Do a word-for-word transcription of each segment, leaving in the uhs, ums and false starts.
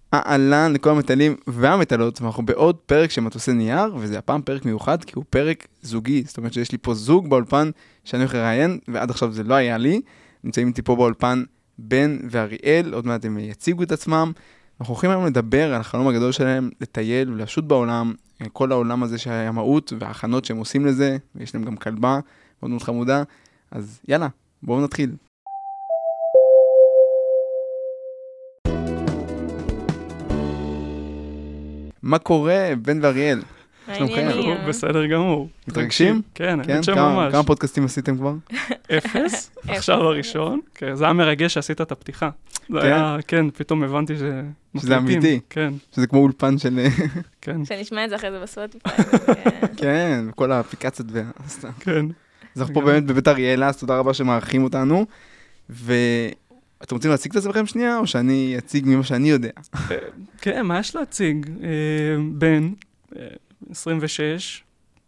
אהלן לכל המטיילים והמטיילות, ואנחנו בעוד פרק של מטוסי נייר, וזה הפעם פרק מיוחד, כי הוא פרק זוגי, זאת אומרת שיש לי פה זוג באולפן שאני הולך לראיין, ועד עכשיו זה לא היה לי, נמצאים איתי פה באולפן בן ואריאל, עוד מעט הם יציגו את עצמם, אנחנו הולכים היום לדבר על החלום הגדול שלהם, לטייל ולשוט בעולם, כל העולם הזה שהימאות וההכנות שהם עושים לזה, ויש להם גם כלבה, מאוד מאוד חמודה, אז יאללה, בואו נתחיל. מה קורה, בן ואריאל? בסדר גמור. מתרגשים? כן, האמת שממש. כמה פודקאסטים עשיתם כבר? אפס, עכשיו הראשון. זה היה מרגש שעשית את הפתיחה. זה היה, כן, פתאום הבנתי שזה שזה אמיתי. כן. שזה כמו אולפן של... כן. שנשמע את זה אחרי זה בספוטיפיי. כן, וכל האפליקציות וה... כן. אז אנחנו פה באמת בבית אריאלה, אז תודה רבה שמארחים אותנו. ו... אתם רוצים להציג את עצמכם שנייה, או שאני אציג ממה שאני יודע? כן, מה יש להציג? בן, עשרים ושש,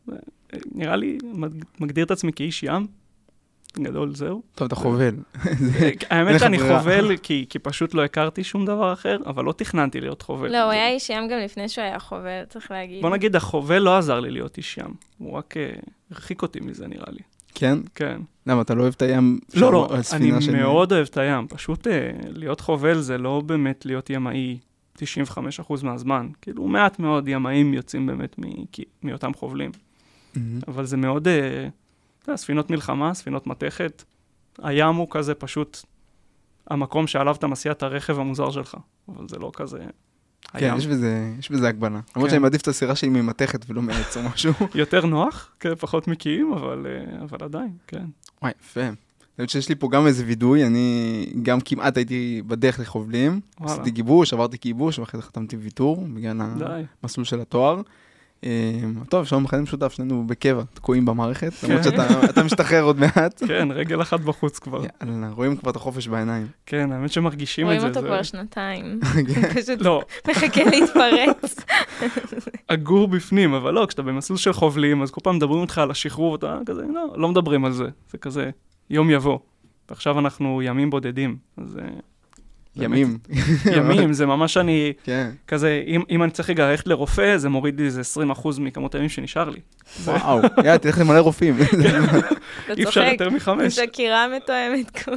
נראה לי מגדיר את עצמי כאיש ים, גדול, זהו. טוב, אתה חובל. האמת שאני חובל, כי פשוט לא הכרתי שום דבר אחר, אבל לא תכננתי להיות חובל. לא, הוא היה איש ים גם לפני שהוא היה חובל, צריך להגיד. בוא נגיד, החובל לא עזר לי להיות איש ים, הוא רק הרחיק אותי מזה, נראה לי. כן? כן. למה, אתה לא אוהב את הים? לא, לא, אני מאוד אוהב את הים. פשוט להיות חובל זה לא באמת להיות ימאי תשעים וחמישה אחוז מהזמן. כאילו, מעט מאוד ימאים יוצאים באמת מאותם חובלים. אבל זה מאוד, ספינות מלחמה, ספינות מתכת. הים הוא כזה פשוט המקום שעליו אתה מסיע את הרכב המוזר שלך. אבל זה לא כזה... כן, יש בזה, יש בזה הגבלה. למרות שאני מעדיף את הסירה שלי ממתכת ולא מעץ או משהו. יותר נוח, פחות מקיים, אבל, אבל עדיין, כן. וואי, יפה. אני חושב שיש לי פה גם איזה וידוי, אני גם כמעט הייתי בדרך לחובלים. עשיתי גיבוש, עברתי כיבוש, ואחרי זה חתמתי ויתור, בגלל המסלול של התואר. טוב, שלום מכנים משותף, שנינו בקבע, תקועים במערכת, למרות שאתה משתחרר עוד מעט. כן, רגל אחת בחוץ כבר. יאללה, רואים כבר את החופש בעיניים. כן, האמת שמרגישים את זה. רואים אותו כבר שנתיים. פשוט מחכה להתפרץ. אגור בפנים, אבל לא, כשאתה במסלול של חובלים, אז כל פעם מדברים איתך על השחרור, ואתה כזה, לא, לא מדברים על זה. זה כזה, יום יבוא. ועכשיו אנחנו ימים בודדים, אז... ימים. ימים, זה ממש אני, כזה, אם אני צריך רגע ללכת לרופא, זה מוריד לי איזה עשרים אחוז מכמות הימים שנשאר לי. וואו, יאללה, תלך למלא רופאים. אי אפשר יותר מחמש. זה קירה מתואמת כבר.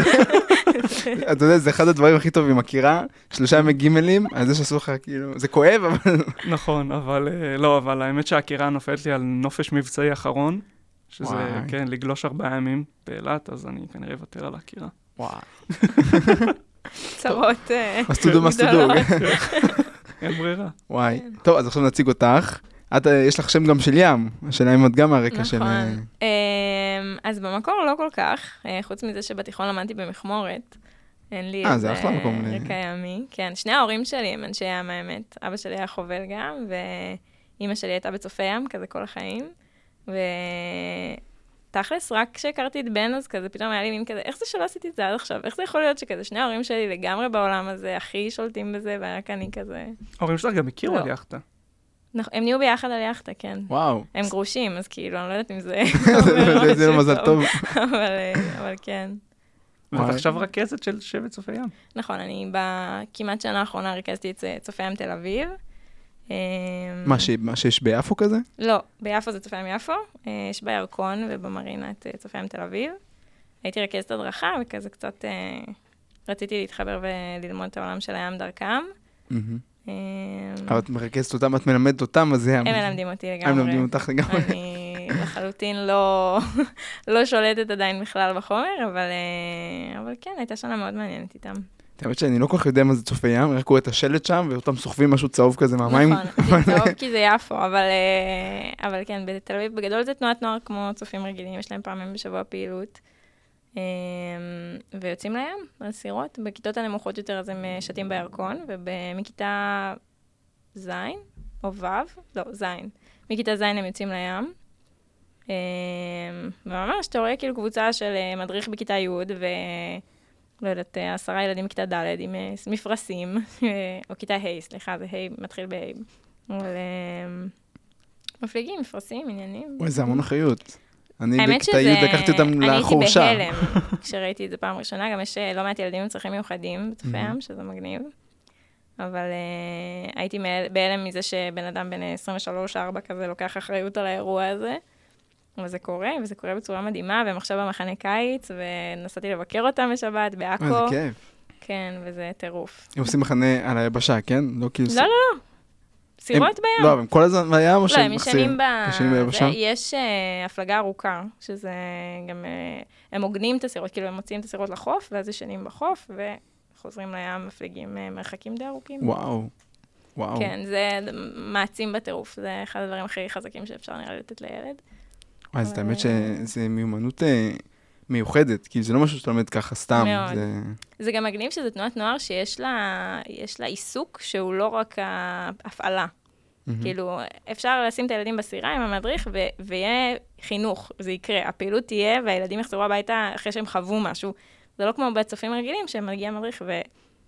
אתה יודע, זה אחד הדברים הכי טובים, הקירה, שלושה ימי גימלים, אז זה שעשו לך, כאילו, זה כואב, אבל... נכון, אבל לא, אבל האמת שהקירה נופלת לי על נופש מבצעי אחרון, שזה, כן, לגלוש ארבעה ימים באילת, אז אני כנראה אוותר על הקירה. וואו. צרות מסטודו מסטודו. אין ברירה. וואי. טוב, אז עכשיו נציג אותך. יש לך שם גם של ים. השאלה אם את גם מהרקע של... נכון. אז במקור לא כל כך. חוץ מזה שבתיכון למדתי במכמורת. אין לי איזה רקע ימי. כן, שני ההורים שלי הם אנשי ים האמת. אבא שלי היה חובל גם, ואמא שלי הייתה בצופי ים, כזה כל החיים. ו... תכלס, רק כשהכרתי את בן, אז כזה פתאום היה לי מין כזה, איך זה שלא עשיתי את זה עד עכשיו? איך זה יכול להיות שכזה שני ההורים שלי לגמרי בעולם הזה, הכי שולטים בזה, ורק אני כזה... ההורים שלך גם הכירו על יאכטה. נכון, הם נהיו ביחד על יאכטה, כן. וואו. הם גרושים, אז כאילו, אני לא יודעת אם זה... זה לא מזל טוב. אבל כן. ואת עכשיו רכזת של שבט צופי ים. נכון, אני בכמעט שנה האחרונה רכזתי את צופי ים תל אביב. מה שיש ביפו כזה? לא, ביפו זה צופי ים יפו, יש בירקון ובמרינה את צופי ים תל אביב. הייתי רכזת הדרכה וכזה קצת רציתי להתחבר וללמוד את העולם של הים דרכם. אבל את מרכזת אותם, את מלמדת אותם, אז זה... הם מלמדים אותי לגמרי. הם מלמדים אותך לגמרי. אני לחלוטין לא שולטת עדיין בכלל בחומר, אבל כן, הייתה שנה מאוד מעניינת איתם. האמת שאני לא כל כך יודע מה זה צופי ים, רק קורא את השלט שם, ואותם סוחבים משהו צהוב כזה מהמים. נכון, זה צהוב כי זה יפו, אבל כן, בתל אביב בגדול זה תנועת נוער כמו צופים רגילים, יש להם פעמים בשבוע פעילות, ויוצאים לים, לסירות, בכיתות הנמוכות יותר אז הם שתים בירקון, ומכיתה זין, או וו, לא, זין, מכיתה זין הם יוצאים לים, וממש אתה רואה כאילו קבוצה של מדריך בכיתה י' ו... לא יודעת, עשרה ילדים בכיתה ד' עם מפרסים, או כיתה ה', סליחה, זה ה', מתחיל בה'. אבל מפליגים, מפרסים, עניינים. וואי, זה המון אחריות. אני בכיתה י' לקחתי אותם לחורשה. אני הייתי בהלם, כשראיתי את זה פעם ראשונה, גם יש לא מעט ילדים עם צרכים מיוחדים בצופי ים, שזה מגניב. אבל uh, הייתי בהלם מזה שבן אדם בין עשרים ושלוש ארבע כזה לוקח אחריות על האירוע הזה, וזה קורה, וזה קורה בצורה מדהימה, והם עכשיו במחנה קיץ, ונסעתי לבקר אותם בשבת, בעכו. איזה כיף. כן, וזה טירוף. הם עושים מחנה על היבשה, כן? לא כאילו... לא, לא, לא. סירות בים. לא, הם כל הזמן בים או שהם מחזירים? לא, הם ישנים ביבשה? יש הפלגה ארוכה, שזה גם... הם עוגנים את הסירות, כאילו הם מוציאים את הסירות לחוף, ואז ישנים בחוף, וחוזרים לים, מפליגים מרחקים די ארוכים. וואו. וואו. כן, זה מעצים בטירוף, זה אחד הדברים הכי חזקים שאפשר נראה לתת לילד. וואי, זאת האמת שזה מיומנות מיוחדת, כי זה לא משהו שאתה לומד ככה סתם. מאוד. זה גם מגניב שזו תנועת נוער שיש לה עיסוק שהוא לא רק ההפעלה. כאילו, אפשר לשים את הילדים בסירה עם המדריך, ויהיה חינוך, זה יקרה. הפעילות תהיה, והילדים יחזרו הביתה אחרי שהם חוו משהו. זה לא כמו בצופים רגילים, שמגיע מדריך ו...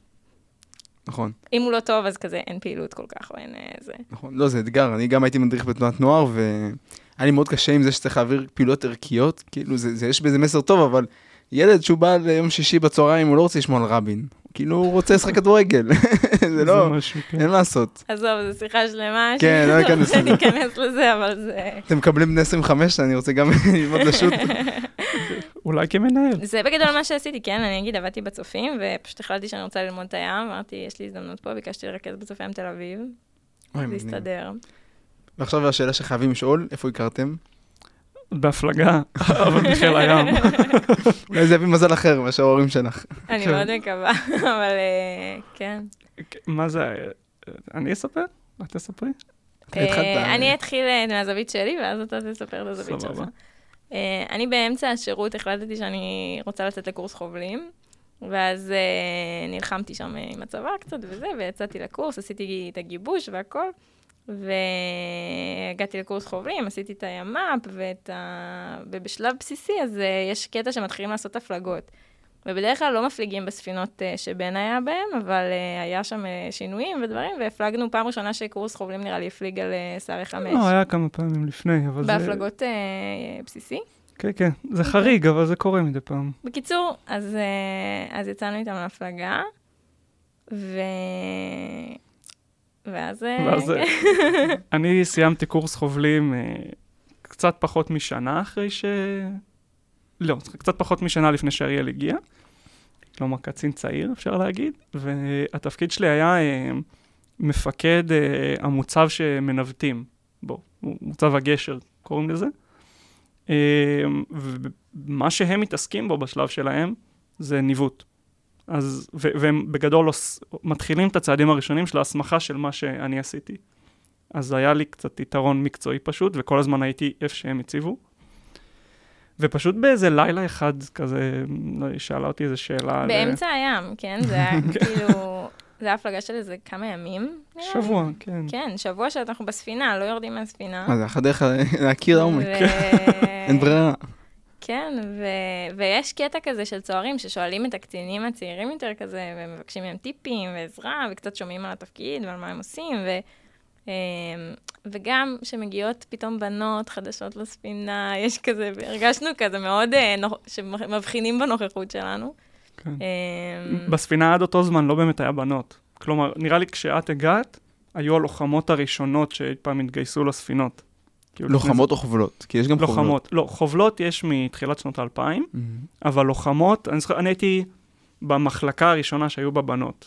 נכון. אם הוא לא טוב, אז כזה אין פעילות כל כך, או אין זה. נכון, לא, זה אתגר. אני גם הייתי מדריך בתנועת נוער, והיה לי מאוד קשה עם זה שצריך להעביר פעילות ערכיות. כאילו, זה, זה, יש בזה מסר טוב, אבל ילד שהוא בא ליום שישי בצהריים, הוא לא רוצה לשמוע על רבין. כאילו, הוא רוצה לשחק כדורגל. זה לא, אין מה לעשות. עזוב, זו שיחה שלמה. כן, לא אכנס לזה. אני אכנס לזה, אבל זה... אתם מקבלים בני עשרים וחמש, אני רוצה גם ללמוד לשוט. אולי כמנהל. זה בגדול מה שעשיתי, כן, אני אגיד, עבדתי בצופים, ופשוט החלטתי שאני רוצה ללמוד את הים, אמרתי, יש לי הזדמנות פה, ביקשתי לרכז בצופים תל אביב, זה הסתדר. ועכשיו השאלה שחייבים לשאול, איפה הכרתם? בהפלגה, אבל בחיל הים. אולי זה יביא מזל אחר, מה שההורים שלך. אני מאוד מקווה, אבל כן. מה זה, אני אספר? את תספרי? אני אתחיל מהזווית שלי, ואז אתה תספר את הזווית שלך. אני באמצע השירות החלטתי שאני רוצה לצאת לקורס חובלים, ואז נלחמתי שם עם הצבא קצת וזה, ויצאתי לקורס, עשיתי את הגיבוש והכל, והגעתי לקורס חובלים, עשיתי את הימ"פ, ה... ובשלב בסיסי, אז יש קטע שמתחילים לעשות הפלגות. ובדרך כלל לא מפליגים בספינות שבן היה בהם, אבל היה שם שינויים ודברים, והפלגנו פעם ראשונה שקורס חובלים נראה לי הפליג על סערי חמש. לא, היה כמה פעמים לפני, אבל זה... בהפלגות בסיסי? כן, כן, זה חריג, אבל זה קורה מדי פעם. בקיצור, אז, אז יצאנו איתם להפלגה, ו... ואז... ואז אני סיימתי קורס חובלים קצת פחות משנה אחרי ש... לא, קצת פחות משנה לפני שאריאל הגיע. כלומר, קצין צעיר, אפשר להגיד. והתפקיד שלי היה מפקד המוצב שמנווטים בו. מוצב הגשר, קוראים לזה. ומה שהם מתעסקים בו בשלב שלהם, זה ניווט. אז, והם בגדול מתחילים את הצעדים הראשונים של ההסמכה של מה שאני עשיתי. אז היה לי קצת יתרון מקצועי פשוט, וכל הזמן הייתי איפה שהם הציבו. ופשוט באיזה לילה אחד כזה, היא שאלה אותי איזו שאלה. באמצע הים, כן? זה היה כאילו, זה היה הפלגה של איזה כמה ימים. שבוע, כן. כן, שבוע שאנחנו בספינה, לא יורדים מהספינה. מה זה, אחת דרך להכיר העומק. אין ברירה. כן, ויש קטע כזה של צוערים ששואלים את הקצינים הצעירים יותר כזה, ומבקשים מהם טיפים ועזרה, וקצת שומעים על התפקיד ועל מה הם עושים, ו... וגם שמגיעות פתאום בנות חדשות לספינה, יש כזה, הרגשנו כזה מאוד שמבחינים בנוכחות שלנו. בספינה עד אותו זמן לא באמת היה בנות. כלומר, נראה לי כשאת הגעת, היו הלוחמות הראשונות שפעם התגייסו לספינות. לוחמות או חובלות? כי יש גם חובלות. לוחמות. לא, חובלות יש מתחילת שנות האלפיים, אבל לוחמות, אני הייתי במחלקה הראשונה שהיו בה בנות.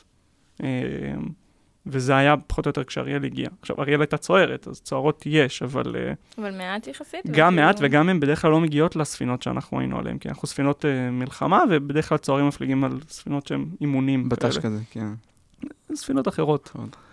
וזה היה פחות או יותר כשאריאל הגיע. עכשיו, אריאל הייתה צוערת, אז צוערות יש, אבל... אבל מעט יחסית. גם מעט, וגם הן בדרך כלל לא מגיעות לספינות שאנחנו היינו עליהן, כי אנחנו ספינות מלחמה, ובדרך כלל צוערים מפליגים על ספינות שהן אימונים. בטש כזה, כן. ספינות אחרות.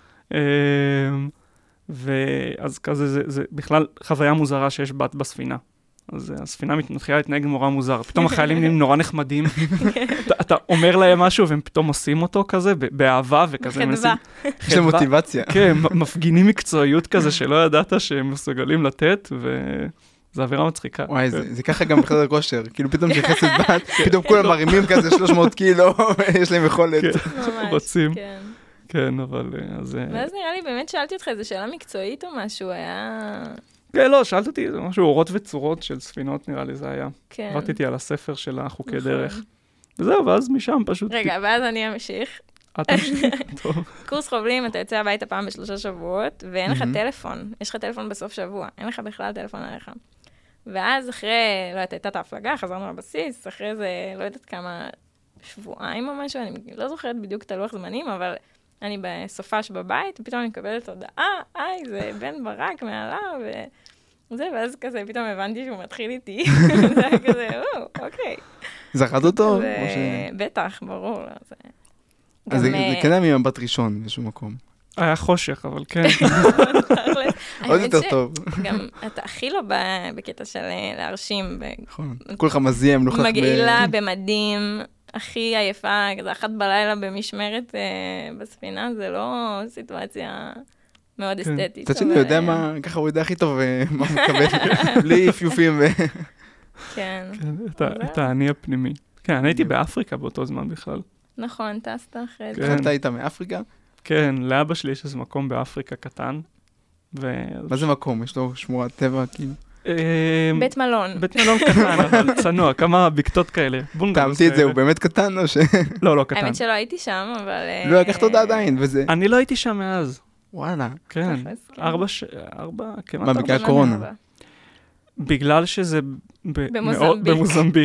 ואז כזה, זה בכלל חוויה מוזרה שיש בת בספינה. אז הספינה מתחילה להתנהג נורא מוזר. פתאום החיילים נהיים נורא נחמדים. אתה אומר להם משהו והם פתאום עושים אותו כזה, באהבה וכזה. חדווה. יש להם מוטיבציה. כן, מפגינים מקצועיות כזה שלא ידעת שהם מסוגלים לתת, וזו עבירה מצחיקה. וואי, זה ככה גם בחדר כושר. כאילו פתאום שחסת בת, פתאום כולם מרימים כזה שלוש מאות קילו, יש להם יכולת. רוצים. כן, אבל... ואז נראה לי, באמת שאלתי אותך, איזו שאלה מקצועית או משהו, היה... כן, לא, שאלת אותי, זה משהו, אורות וצורות של ספינות, נראה לי זה היה. כן. עבדתי על הספר של החוקי דרך. וזהו, ואז משם פשוט... רגע, ואז אני אמשיך. קורס חובלים, אתה יוצא הביתה פעם בשלושה שבועות, ואין לך טלפון. יש לך טלפון בסוף שבוע. אין לך בכלל טלפון עליך. ואז אחרי, לא יודעת, הייתה את ההפלגה, חזרנו לבסיס, אחרי זה, לא יודעת כמה שבועיים או משהו, אני לא זוכרת בדיוק את הלוח זמנים, אבל אני בסופש בבית, ופתאום אני מקבלת הודעה, היי, זה בן ברק מעלה, וזה, ואז כזה, פתאום הבנתי שהוא מתחיל איתי, זה היה כזה, או, אוקיי. זכרת אותו? בטח, ברור. אז זה כן היה ממבט ראשון באיזשהו מקום. היה חושך, אבל כן. עוד יותר טוב. גם אתה הכי לא בקטע של להרשים. נכון. כולך מזיהם, נוכח ב... מגעילה במדים, הכי עייפה, כזה אחת בלילה במשמרת בספינה, זה לא סיטואציה מאוד אסתטית. קצת שאני יודע מה, ככה הוא יודע הכי טוב מה הוא מקבל, בלי פיופים ו... כן. את העני הפנימי. כן, אני הייתי באפריקה באותו זמן בכלל. נכון, טסת אחרי זה. אתה היית מאפריקה? כן, לאבא שלי יש איזה מקום באפריקה קטן. מה זה מקום? יש לו שמורת טבע, כאילו? בית מלון. בית מלון קטן, אבל צנוע, כמה בקתות כאלה. טעמתי את זה, הוא באמת קטן או ש... לא, לא קטן. האמת שלא הייתי שם, אבל... לא, לקחת אותה עדיין, וזה... אני לא הייתי שם מאז. וואלה. כן, ארבע, ארבע, כמעט ארבע. מה, בגלל הקורונה? בגלל שזה במוזמביק.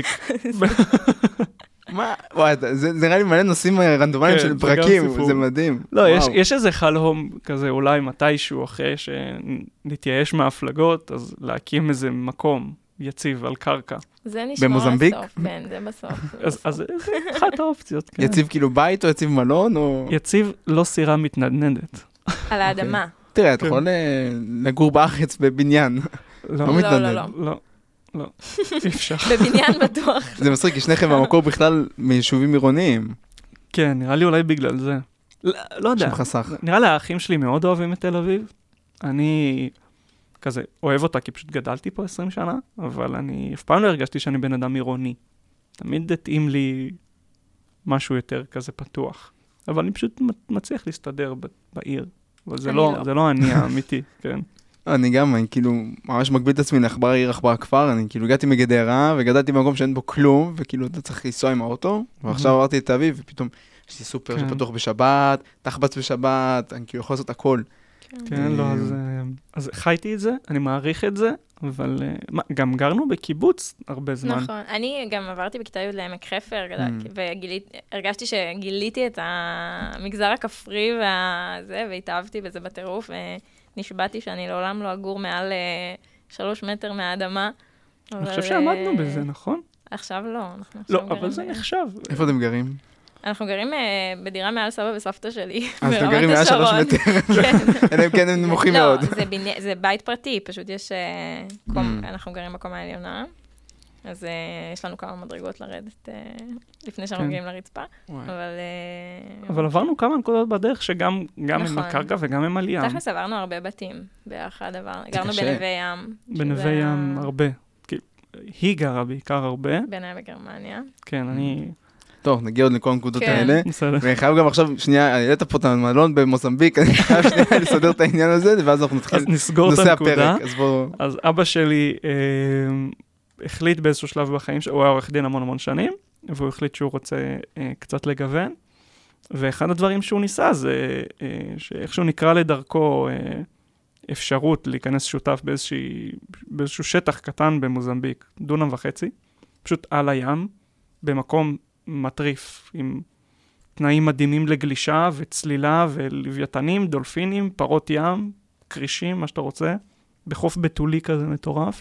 מה? וואי, זה נראה לי מלא נושאים רנדומליים של פרקים, זה מדהים. לא, יש איזה חלום כזה, אולי מתישהו אחרי שנתייאש מההפלגות, אז להקים איזה מקום יציב על קרקע. זה נשמע בסוף, כן, זה בסוף. אז זה אחת האופציות, כן. יציב כאילו בית או יציב מלון או... יציב לא סירה מתנדנדת. על האדמה. תראה, אתה יכול לגור בארץ בבניין. לא, לא, לא. לא. לא, אי אפשר. בבניין בטוח. זה מצחיק, כי שניכם במקור בכלל מיישובים עירוניים. כן, נראה לי אולי בגלל זה. לא יודע. שחסך. נראה לי האחים שלי מאוד אוהבים את תל אביב. אני כזה אוהב אותה, כי פשוט גדלתי פה עשרים שנה, אבל אני אף פעם לא הרגשתי שאני בן אדם עירוני. תמיד התאים לי משהו יותר כזה פתוח. אבל אני פשוט מצליח להסתדר בעיר. אבל זה לא, זה לא אני האמיתי, כן. אני גם, אני כאילו ממש מגביל את עצמי לעכבר העיר, עכבר הכפר, אני כאילו הגעתי מגדרה, וגדלתי במקום שאין בו כלום, וכאילו אתה צריך לנסוע עם האוטו, ועכשיו עברתי לתל אביב, ופתאום יש לי סופר שפתוח בשבת, תחבץ בשבת, אני כאילו יכול לעשות הכל. כן, לא, אז חייתי את זה, אני מעריך את זה, אבל גם גרנו בקיבוץ הרבה זמן. נכון, אני גם עברתי בכיתה י' לעמק חפר, והרגשתי שגיליתי את המגזר הכפרי והזה, והתאהבתי בזה בטירוף, נשבעתי שאני לעולם לא אגור מעל שלוש מטר מהאדמה. אני חושב שעמדנו בזה, נכון? עכשיו לא. לא, אבל זה נחשב. איפה אתם גרים? אנחנו גרים בדירה מעל סבא וסבתא שלי. אז אתם גרים מעל שלוש מטר. אלא כן, הם נמוכים מאוד. לא, זה בית פרטי, פשוט יש... אנחנו גרים בקומה העליונה. אז uh, יש לנו כמה מדרגות לרדת uh, לפני שאנחנו מגיעים לרצפה, אבל... Uh, אבל עברנו כמה נקודות בדרך שגם גם נכון. עם הקרקע וגם עם על ים. תכלס עברנו הרבה בתים באחד דבר. גרנו בנווה ים. בנווה שזה... ים הרבה. כי היא גרה בעיקר הרבה. בניה בגרמניה. כן, אני... טוב, נגיע עוד לכל הנקודות כן. האלה. ואני חייב גם עכשיו, שנייה, אני העלית פה את המלון במוזמביק, אני חייב שנייה לסדר את העניין הזה, ואז אנחנו נתחיל נושא הפרק. אז בואו... אז אבא שלי... אה... החליט באיזשהו שלב בחיים, הוא היה עורך דין המון המון שנים, והוא החליט שהוא רוצה אה, קצת לגוון, ואחד הדברים שהוא ניסה זה, אה, שאיכשהו נקרא לדרכו אה, אפשרות להיכנס שותף באיזושהי, באיזשהו שטח קטן במוזמביק, דונם וחצי, פשוט על הים, במקום מטריף, עם תנאים מדהימים לגלישה וצלילה ולוויתנים, דולפינים, פרות ים, קרישים, מה שאתה רוצה, בחוף בתולי כזה מטורף.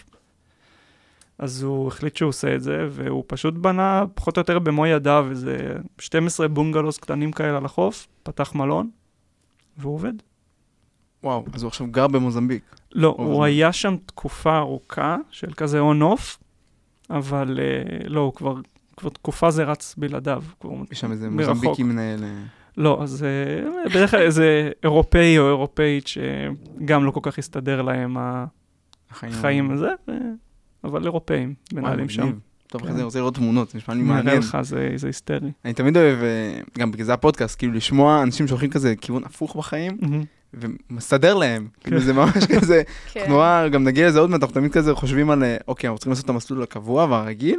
אז הוא החליט שהוא עושה את זה, והוא פשוט בנה פחות או יותר במו ידיו, איזה שתים עשרה בונגלוס קטנים כאלה על החוף, פתח מלון, והוא עובד. וואו, אז הוא עכשיו גר במוזמביק. לא, הוא היה שם תקופה ארוכה, של כזה און-אוף, אבל לא, הוא כבר, כבר תקופה זה רץ בלעדיו. יש שם איזה מוזמביקי מנהל... לא, אז בדרך כלל איזה אירופאי או אירופאית, שגם לא כל כך הסתדר להם החיים הזה, אבל אירופאים, מנהלים שם. טוב, אחרי זה אני רוצה לראות תמונות, זה נשמע לי מעניין. נראה לך, זה היסטרי. אני תמיד אוהב, גם בגלל זה הפודקאסט, כאילו לשמוע אנשים שהולכים כזה כיוון הפוך בחיים, ומסתדר להם. כאילו זה ממש כזה, אנחנו גם נגיע לזה עוד מעט, אנחנו תמיד כזה חושבים על, אוקיי, אנחנו צריכים לעשות את המסלול הקבוע והרגיל,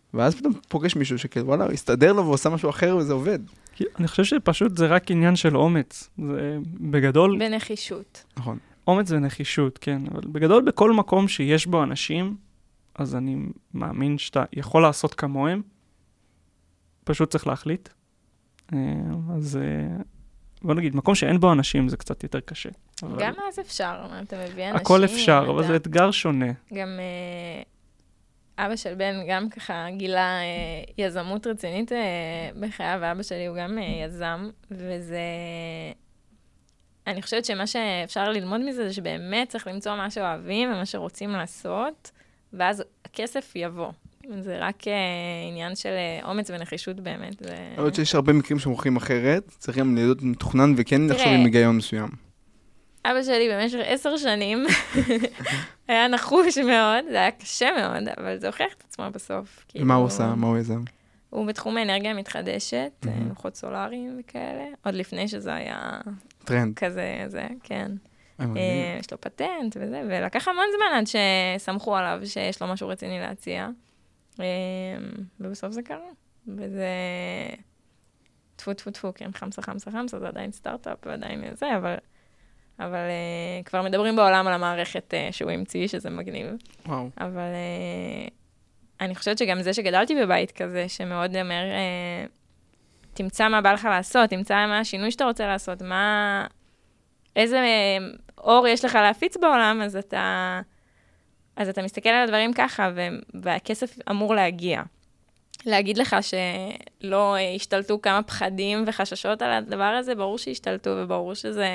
ואז פתאום פוגש מישהו שכאילו, וואלה, הוא הסתדר לו ועושה משהו אחר וזה עובד. אני חושב שפשוט זה רק עניין של אומץ. זה בגדול... בנחישות. נכון. אומץ ונחישות, כן. אבל בגדול, בכל מקום שיש בו אנשים, אז אני מאמין שאתה יכול לעשות כמוהם, פשוט צריך להחליט. אז בוא נגיד, מקום שאין בו אנשים זה קצת יותר קשה. גם אז אפשר, אתה מביא אנשים. הכל אפשר, אבל זה אתגר שונה. גם אבא של בן גם ככה גילה יזמות רצינית בחייו, ואבא שלי הוא גם יזם, וזה... אני חושבת שמה שאפשר ללמוד מזה זה שבאמת צריך למצוא מה שאוהבים ומה שרוצים לעשות, ואז הכסף יבוא. זה רק עניין של אומץ ונחישות באמת. אני חושבת שיש הרבה מקרים שמוכרים אחרת, צריכים להיות מתוכנן וכן לחשוב עם היגיון מסוים. אבא שלי במשך עשר שנים היה נחוש מאוד, זה היה קשה מאוד, אבל זה הוכיח את עצמו בסוף. מה הוא עושה? מה הוא יזם? הוא בתחום האנרגיה המתחדשת, לוחות סולאריים וכאלה, עוד לפני שזה היה... טרנד. כזה, זה, כן. יש לו פטנט וזה, ולקח המון זמן עד שסמכו עליו שיש לו משהו רציני להציע. ובסוף זה קרה. וזה... טפו, טפו, טפו, כן, חמסה, חמסה, חמסה, זה עדיין סטארט-אפ ועדיין זה, אבל... אבל uh, כבר מדברים בעולם על המערכת uh, שהוא המציא, שזה מגניב. וואו. אבל uh, אני חושבת שגם זה שגדלתי בבית כזה, שמאוד אומר, uh, תמצא מה בא לך לעשות, תמצא מה השינוי שאתה רוצה לעשות, מה... איזה uh, אור יש לך להפיץ בעולם, אז אתה, אז אתה מסתכל על הדברים ככה, ו... והכסף אמור להגיע. להגיד לך שלא השתלטו כמה פחדים וחששות על הדבר הזה, ברור שהשתלטו, וברור שזה...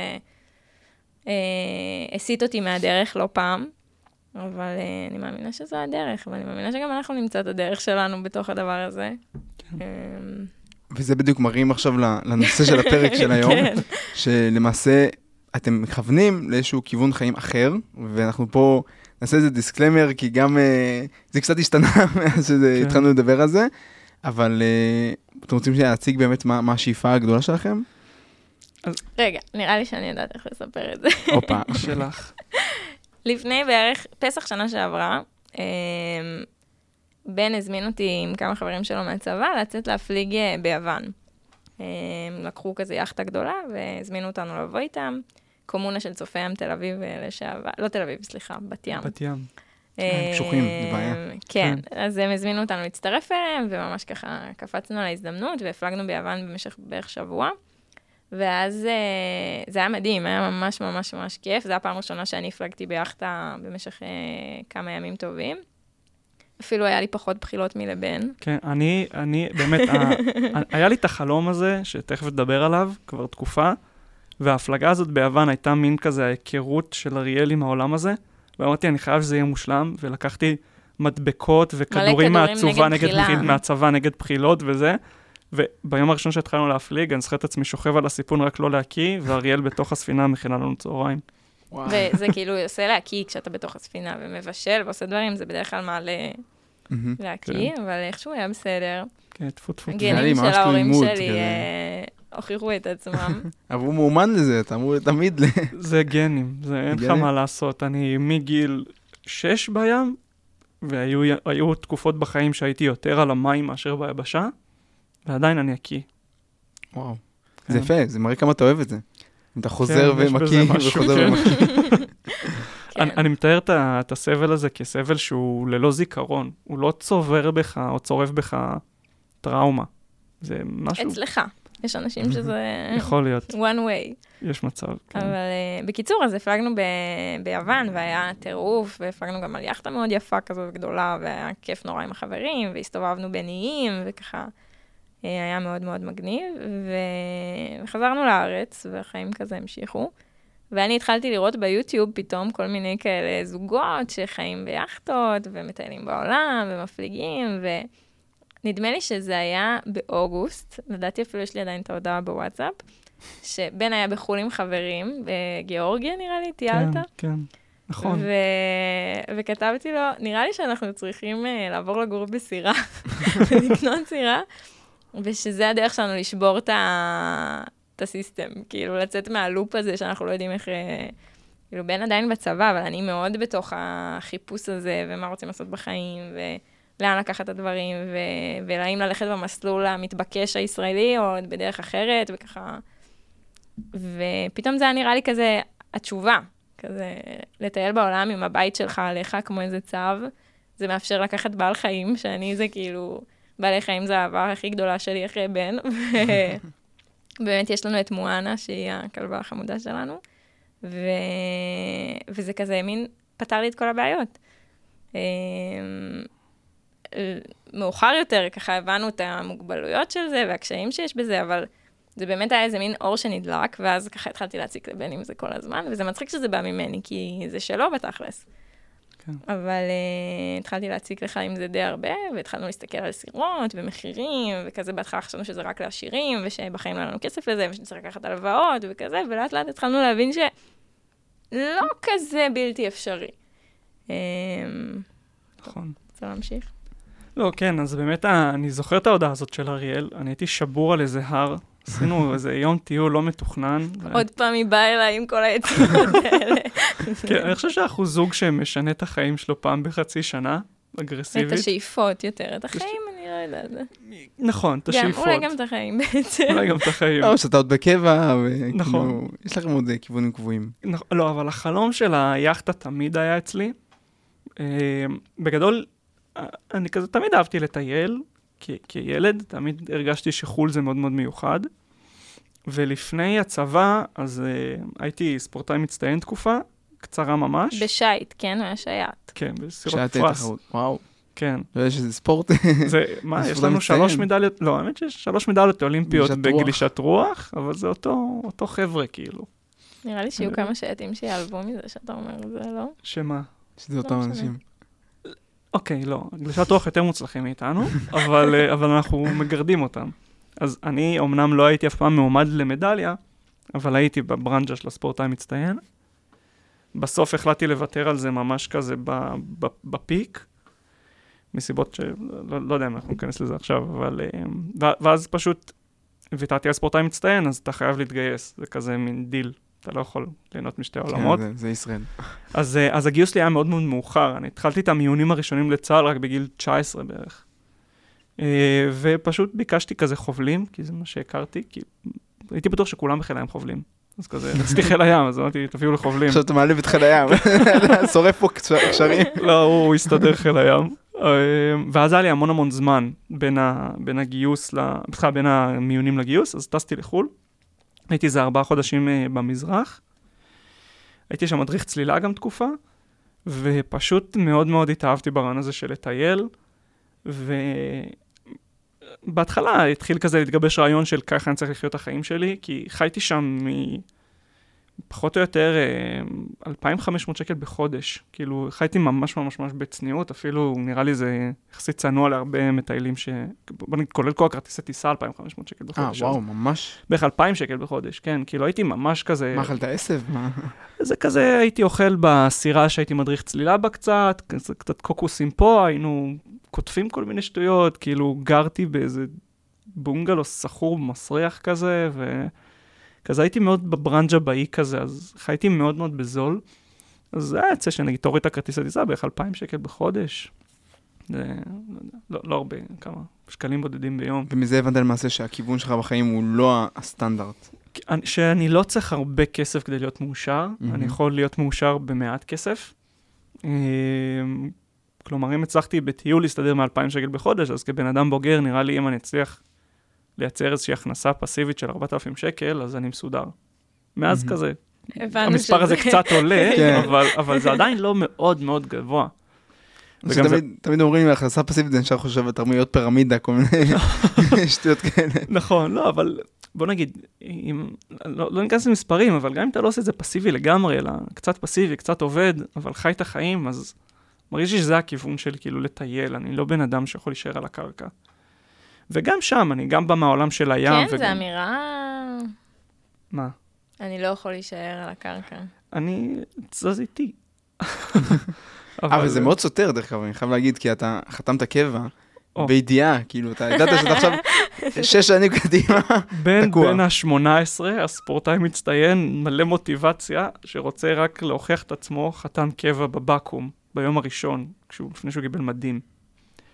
הסיט אותי מהדרך לא פעם, אבל אני מאמינה שזו הדרך, ואני מאמינה שגם אנחנו נמצא את הדרך שלנו בתוך הדבר הזה. וזה בדיוק מראים עכשיו לנושא של הפרק של היום, שלמעשה אתם מכוונים לאיזשהו כיוון חיים אחר, ואנחנו פה נעשה איזה דיסקלמר, כי גם זה קצת השתנה מאז שהתחלנו לדבר על זה, אבל אתם רוצים להציג באמת מה השאיפה הגדולה שלכם? רגע, נראה לי שאני יודעת איך לספר את זה. אופה, שלך. לפני בערך פסח שנה שעברה, בן הזמין אותי עם כמה חברים שלו מהצבא לצאת להפליג ביוון. לקחו כזה יחטה גדולה והזמינו אותנו לבוא איתם. קומונה של צופי ים תל אביב לשעבר, לא תל אביב, סליחה, בת ים. בת ים. קשוחים, זה בעיה. כן, אז הם הזמינו אותנו להצטרף אליהם, וממש ככה קפצנו להזדמנות, והפלגנו ביוון במשך בערך שבוע. ואז זה היה מדהים, היה ממש ממש ממש כיף. זו הייתה הפעם הראשונה שאני הפלגתי ביחטה במשך כמה ימים טובים. אפילו היה לי פחות בחילות מלבן. כן, אני, אני, באמת, היה לי את החלום הזה, שתכף נדבר עליו, כבר תקופה, וההפלגה הזאת ביוון הייתה מין כזה ההיכרות של אריאל עם העולם הזה, ואמרתי, אני חייב שזה יהיה מושלם, ולקחתי מדבקות וכדורים מהצבא נגד, מהצבא נגד בחילות וזה, וביום הראשון שהתחלנו להפליג, אני זוכר את עצמי שוכב על הסיפון רק לא להקיא, ואריאל בתוך הספינה מכינה לנו צהריים. וזה כאילו עושה להקיא כשאתה בתוך הספינה, ומבשל ועושה דברים, זה בדרך כלל מעלה להקיא, אבל איכשהו היה בסדר. כן, טפו טפו. הגנים של ההורים שלי הוכיחו את עצמם. אבל הוא מאומן לזה, אתה אמור תמיד ל... זה גנים, זה אין לך מה לעשות. אני מגיל שש בים, והיו תקופות בחיים שהייתי יותר על המים מאשר ביבשה, ועדיין אני אקיא. וואו, זה יפה, זה מראה כמה אתה אוהב את זה. אתה חוזר ומקיא וחוזר ומקיא. אני מתאר את הסבל הזה כסבל שהוא ללא זיכרון. הוא לא צובר בך או צורף בך טראומה. זה משהו... אצלך. יש אנשים שזה... יכול להיות. one way. יש מצב. אבל בקיצור, אז הפלגנו ביוון, והיה טירוף, והפלגנו גם על יחטה מאוד יפה כזאת גדולה, והיה כיף נורא עם החברים, והסתובבנו בניים, וככה היה מאוד מאוד מגניב, וחזרנו לארץ, והחיים כזה המשיכו. ואני התחלתי לראות ביוטיוב פתאום כל מיני כאלה זוגות שחיים ביחטות, ומטיילים בעולם, ומפליגים, ונדמה לי שזה היה באוגוסט, לדעתי אפילו יש לי עדיין את ההודעה בוואטסאפ, שבן היה בחול עם חברים, בגיאורגיה נראה לי, טיילת. כן, כן, נכון. ו... וכתבתי לו, נראה לי שאנחנו צריכים לעבור לגור בסירה, ולקנות סירה, ושזה הדרך שלנו לשבור את ה... את הסיסטם, כאילו לצאת מהלופ הזה שאנחנו לא יודעים איך, כאילו בן עדיין בצבא, אבל אני מאוד בתוך החיפוש הזה, ומה רוצים לעשות בחיים, לאן לקחת את הדברים, ו- ולהאם ללכת במסלול המתבקש הישראלי, או בדרך אחרת, וככה... ופתאום זה היה נראה לי כזה, התשובה, כזה, לטייל בעולם עם הבית שלך עליך, כמו איזה צו, זה מאפשר לקחת בעל חיים, שאני זה כאילו, בעלי חיים זה האהבה הכי גדולה שלי אחרי בן, ובאמת יש לנו את מואנה, שהיא הכלבה החמודה שלנו, ו... וזה כזה מין, פתר לי את כל הבעיות. מאוחר יותר, ככה הבנו את המוגבלויות של זה, והקשיים שיש בזה, אבל זה באמת היה איזה מין אור שנדלק, ואז ככה התחלתי להציק לבן עם זה כל הזמן, וזה מצחיק שזה בא ממני, כי זה שלו בתכלס. כן. אבל uh, התחלתי להציק לך עם זה די הרבה, והתחלנו להסתכל על סירות ומחירים, וכזה בהתחלה חשבנו שזה רק לעשירים, ושבחיים לא לנו כסף לזה, ושנצטרך לקחת הלוואות וכזה, ולאט לאט התחלנו להבין שלא כזה בלתי אפשרי. נכון. רוצה להמשיך? לא, כן, אז באמת אני זוכר את ההודעה הזאת של אריאל, אני הייתי שבור על איזה הר, עשינו איזה יום טיול לא מתוכנן. עוד פעם היא באה אליי עם כל היציאות האלה. כן, אני חושב שאנחנו זוג שמשנה את החיים שלו פעם בחצי שנה, אגרסיבית. את השאיפות יותר, את החיים אני לא יודעת. נכון, את השאיפות. אולי גם את החיים בעצם. אולי גם את החיים. לא, שאתה עוד בקבע, וכאילו, יש לכם עוד כיוונים קבועים. לא, אבל החלום של היאכטה תמיד היה אצלי. בגדול, אני כזה תמיד אהבתי לטייל, כילד, תמיד הרגשתי שחול זה מאוד מאוד מיוחד. ולפני הצבא, אז uh, הייתי ספורטאי מצטיין תקופה, קצרה ממש. בשייט, כן? היה שייט. כן, בסירות פרס. וואו. כן. לא יודע שזה ספורט. זה, מה, יש לנו שלוש מדליות, לא, האמת שיש שלוש מדליות אולימפיות בגלישת רוח, אבל זה אותו, אותו חבר'ה, כאילו. נראה לי שיהיו כמה שייטים שיעלבו מזה שאתה אומר, זה לא? שמה? שזה אותם אנשים. אוקיי, לא, גלישת רוח יותר מוצלחים מאיתנו, אבל, אבל אנחנו מגרדים אותם. אז אני אומנם לא הייתי אף פעם מעומד למדליה, אבל הייתי בברנג'ה של הספורטאי מצטיין. בסוף החלטתי לוותר על זה ממש כזה בפיק, מסיבות שלא לא יודע אם אנחנו ניכנס לזה עכשיו, אבל... ואז פשוט ויתרתי על ספורטאי מצטיין, אז אתה חייב להתגייס, זה כזה מין דיל. אתה לא יכול ליהנות משתי העולמות. כן, זה, זה ישראל. אז, אז הגיוס לי היה מאוד מאוד מאוחר. אני התחלתי את המיונים הראשונים לצה"ל רק בגיל תשע עשרה בערך. ופשוט ביקשתי כזה חובלים, כי זה מה שהכרתי, כי הייתי בטוח שכולם בחיל הים חובלים. אז כזה, רציתי חיל הים, אז אמרתי, תביאו לחובלים. עכשיו אתה מעליב את חיל הים, שורף פה קשרים. לא, הוא הסתדר חיל הים. ואז היה לי המון המון זמן בין, ה, בין הגיוס, בכלל בין המיונים לגיוס, אז טסתי לחול. הייתי איזה ארבעה חודשים במזרח. הייתי שם מדריך צלילה גם תקופה, ופשוט מאוד מאוד התאהבתי ברעיון הזה של לטייל, ובהתחלה התחיל כזה להתגבש רעיון של ככה אני צריך לחיות את החיים שלי, כי חייתי שם פחות או יותר אלפיים וחמש מאות שקל בחודש. כאילו, חייתי ממש ממש ממש בצניעות, אפילו נראה לי זה יחסית צנוע להרבה מטיילים ש... בוא נגיד, כולל כל הכרטיסי טיסה, אלפיים וחמש מאות שקל בחודש. אה, וואו, ממש? בערך אלפיים שקל בחודש, כן. כאילו, הייתי ממש כזה... מה, אכלת עשב? מה? זה כזה, הייתי אוכל בסירה שהייתי מדריך צלילה בה קצת, קצת קוקוסים פה, היינו כותבים כל מיני שטויות, כאילו, גרתי באיזה בונגלו סחור מסריח כזה, ו... כזה הייתי מאוד בברנג'ה באי כזה, אז חייתי מאוד מאוד בזול. אז זה היה יצא שנגיד, תוריד את הכרטיס הטיסה בערך אלפיים שקל בחודש. זה לא, לא הרבה, כמה שקלים בודדים ביום. ומזה הבנת למעשה שהכיוון שלך בחיים הוא לא הסטנדרט. שאני לא צריך הרבה כסף כדי להיות מאושר. Mm-hmm. אני יכול להיות מאושר במעט כסף. כלומר, אם הצלחתי בטיול להסתדר מ-אלפיים שקל בחודש, אז כבן אדם בוגר, נראה לי אם אני אצליח לייצר איזושהי הכנסה פסיבית של ארבעת אלפים שקל, אז אני מסודר. מאז כזה. המספר הזה קצת עולה, אבל זה עדיין לא מאוד מאוד גבוה. תמיד אומרים, הכנסה פסיבית, זה נשאר חושב, תרמיות פירמידה, כל מיני שטויות כאלה. נכון, לא, אבל בוא נגיד, לא ניכנס למספרים, אבל גם אם אתה לא עושה את זה פסיבי לגמרי, אלא קצת פסיבי, קצת עובד, אבל חי את החיים, אז מרגיש לי שזה הכיוון של כאילו לטייל, אני לא בן אדם שיכול להישאר על הקרקע. וגם שם, אני גם בא מהעולם של הים. כן, וגם... זה אמירה... מה? אני לא יכול להישאר על הקרקע. אני צז איתי. אבל זה מאוד סותר, דרך כלל, אני חייב להגיד, כי אתה חתמת קבע, בידיעה, כאילו, אתה ידעת שאתה עכשיו שש שנים קדימה, בן בן ה-שמונה עשרה, הספורטאי מצטיין, מלא מוטיבציה, שרוצה רק להוכיח את עצמו, חתם קבע בבקום, ביום הראשון, לפני שהוא קיבל מדים.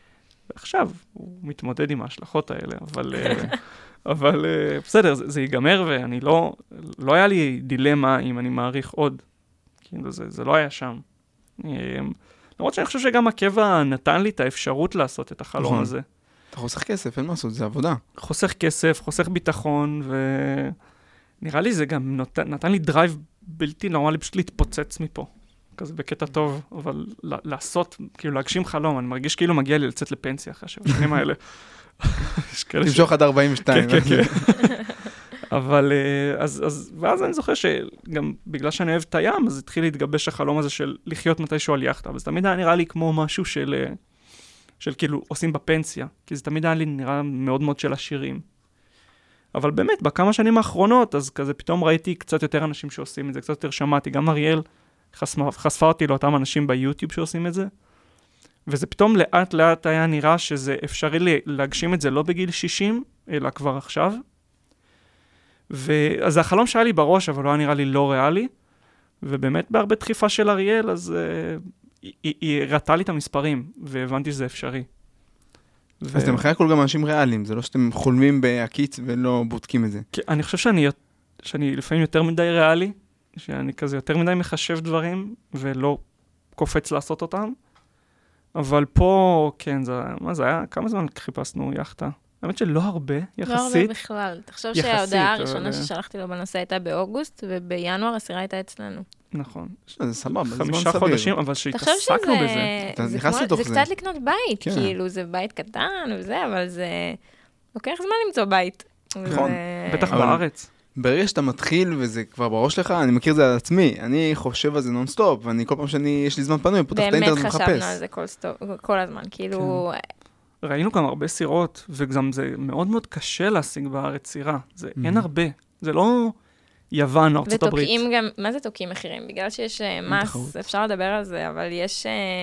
ועכשיו הוא מתמודד עם ההשלכות האלה, אבל, אבל בסדר, זה, זה ייגמר, ואני לא, לא היה לי דילמה אם אני מעריך עוד. כאילו, זה, זה לא היה שם. למרות שאני חושב שגם הקבע נתן לי את האפשרות לעשות את החלום נכון. הזה. אתה חוסך כסף, אין מה לעשות, זה עבודה. חוסך כסף, חוסך ביטחון, ונראה לי זה גם נות... נתן לי דרייב בלתי נורמלי פשוט להתפוצץ מפה. כזה בקטע טוב, אבל לעשות, כאילו להגשים חלום, אני מרגיש כאילו מגיע לי לצאת לפנסיה אחרי שבע שנים האלה. תמשוך עד ארבעים ושתיים. כן, כן, כן. אבל, אז, אז, ואז אני זוכר שגם בגלל שאני אוהב את הים, אז התחיל להתגבש החלום הזה של לחיות מתישהו על יאכטה, וזה תמיד היה נראה לי כמו משהו של, של כאילו עושים בפנסיה, כי זה תמיד היה לי נראה מאוד מאוד של עשירים. אבל באמת, בכמה שנים האחרונות, אז כזה פתאום ראיתי קצת יותר אנשים שעושים את זה, קצת יותר שמעתי, גם אריאל חשפה, חשפה אותי לאותם אנשים ביוטיוב שעושים את זה, וזה פתאום לאט לאט היה נראה שזה אפשרי להגשים את זה לא בגיל שישים, אלא כבר עכשיו. ואז זה החלום שהיה לי בראש, אבל לא היה נראה לי לא ריאלי, ובאמת בהרבה דחיפה של אריאל, אז uh, היא, היא ראתה לי את המספרים, והבנתי שזה אפשרי. ו... אז אתם אחרי הכל גם אנשים ריאליים, זה לא שאתם חולמים בהקיץ ולא בודקים את זה. אני חושב שאני, שאני לפעמים יותר מדי ריאלי, שאני כזה יותר מדי מחשב דברים, ולא קופץ לעשות אותם, אבל פה, כן, זה, מה זה היה? כמה זמן חיפשנו יאכטה? האמת שלא הרבה, יחסית. לא הרבה בכלל. תחשוב שההודעה הראשונה ששלחתי לו בנושא הייתה באוגוסט, ובינואר הסירה הייתה אצלנו. נכון. זה סבבה, זה זמן סביר. חמישה חודשים, אבל שהתעסקנו בזה. אתה נכנס לתוך זה. זה קצת לקנות בית, כאילו, זה בית קטן וזה, אבל זה לוקח זמן למצוא בית. נכון. בטח בארץ. ברגע שאתה מתחיל וזה כבר בראש שלך, אני מכיר את זה על עצמי, אני חושב על זה נונסטופ, ואני כל פעם שאני, יש לי זמן פנוי, פותח את האינטרנט ומחפש. באמת חשבנו על זה כל הזמן, כאילו... ראינו גם הרבה סירות, וגם זה מאוד מאוד קשה להשיג בארץ סירה. זה mm-hmm. אין הרבה. זה לא יוון או ארצות הברית. ותוקעים גם, מה זה תוקעים מחירים? בגלל שיש מס, אפשר לדבר על זה, אבל יש,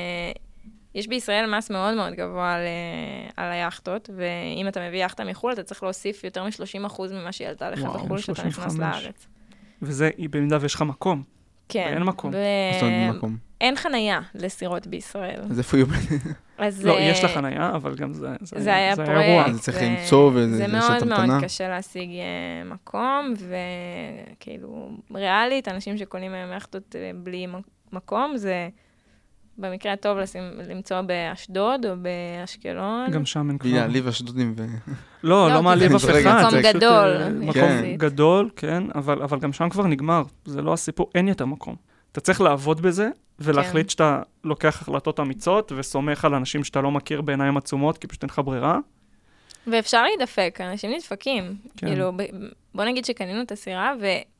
יש בישראל מס מאוד מאוד גבוה על, על היאכטות, ואם אתה מביא יאכטה מחול, אתה צריך להוסיף יותר מ-שלושים אחוז ממה שהיא עלתה לך בחול, שאתה נכנס לארץ. וזה במידה ויש לך מקום. כן. ואין מקום. ו... אין חנייה לסירות בישראל. אז איפה יהיו? לא, יש לה חנייה, אבל גם זה, זה, זה היה זה פרויקט. אירוע. זה צריך למצוא וזה זה מאוד מאוד קשה להשיג מקום, וכאילו ריאלית, אנשים שקונים היום יאכטות בלי מקום, זה במקרה הטוב לשים, למצוא באשדוד או באשקלון. גם שם אין כבר. להעליב אשדודים ו... לא, לא מעליב אף אחד. מקום גדול. מקום גדול, כן, אבל גם שם כבר נגמר. זה לא הסיפור, אין יותר מקום. אתה צריך לעבוד בזה, ולהחליט שאתה לוקח החלטות אמיצות, וסומך על אנשים שאתה לא מכיר בעיניים עצומות, כי פשוט אין לך ברירה. ואפשר להידפק, אנשים נדפקים. כאילו, בוא נגיד שקנינו את הסירה,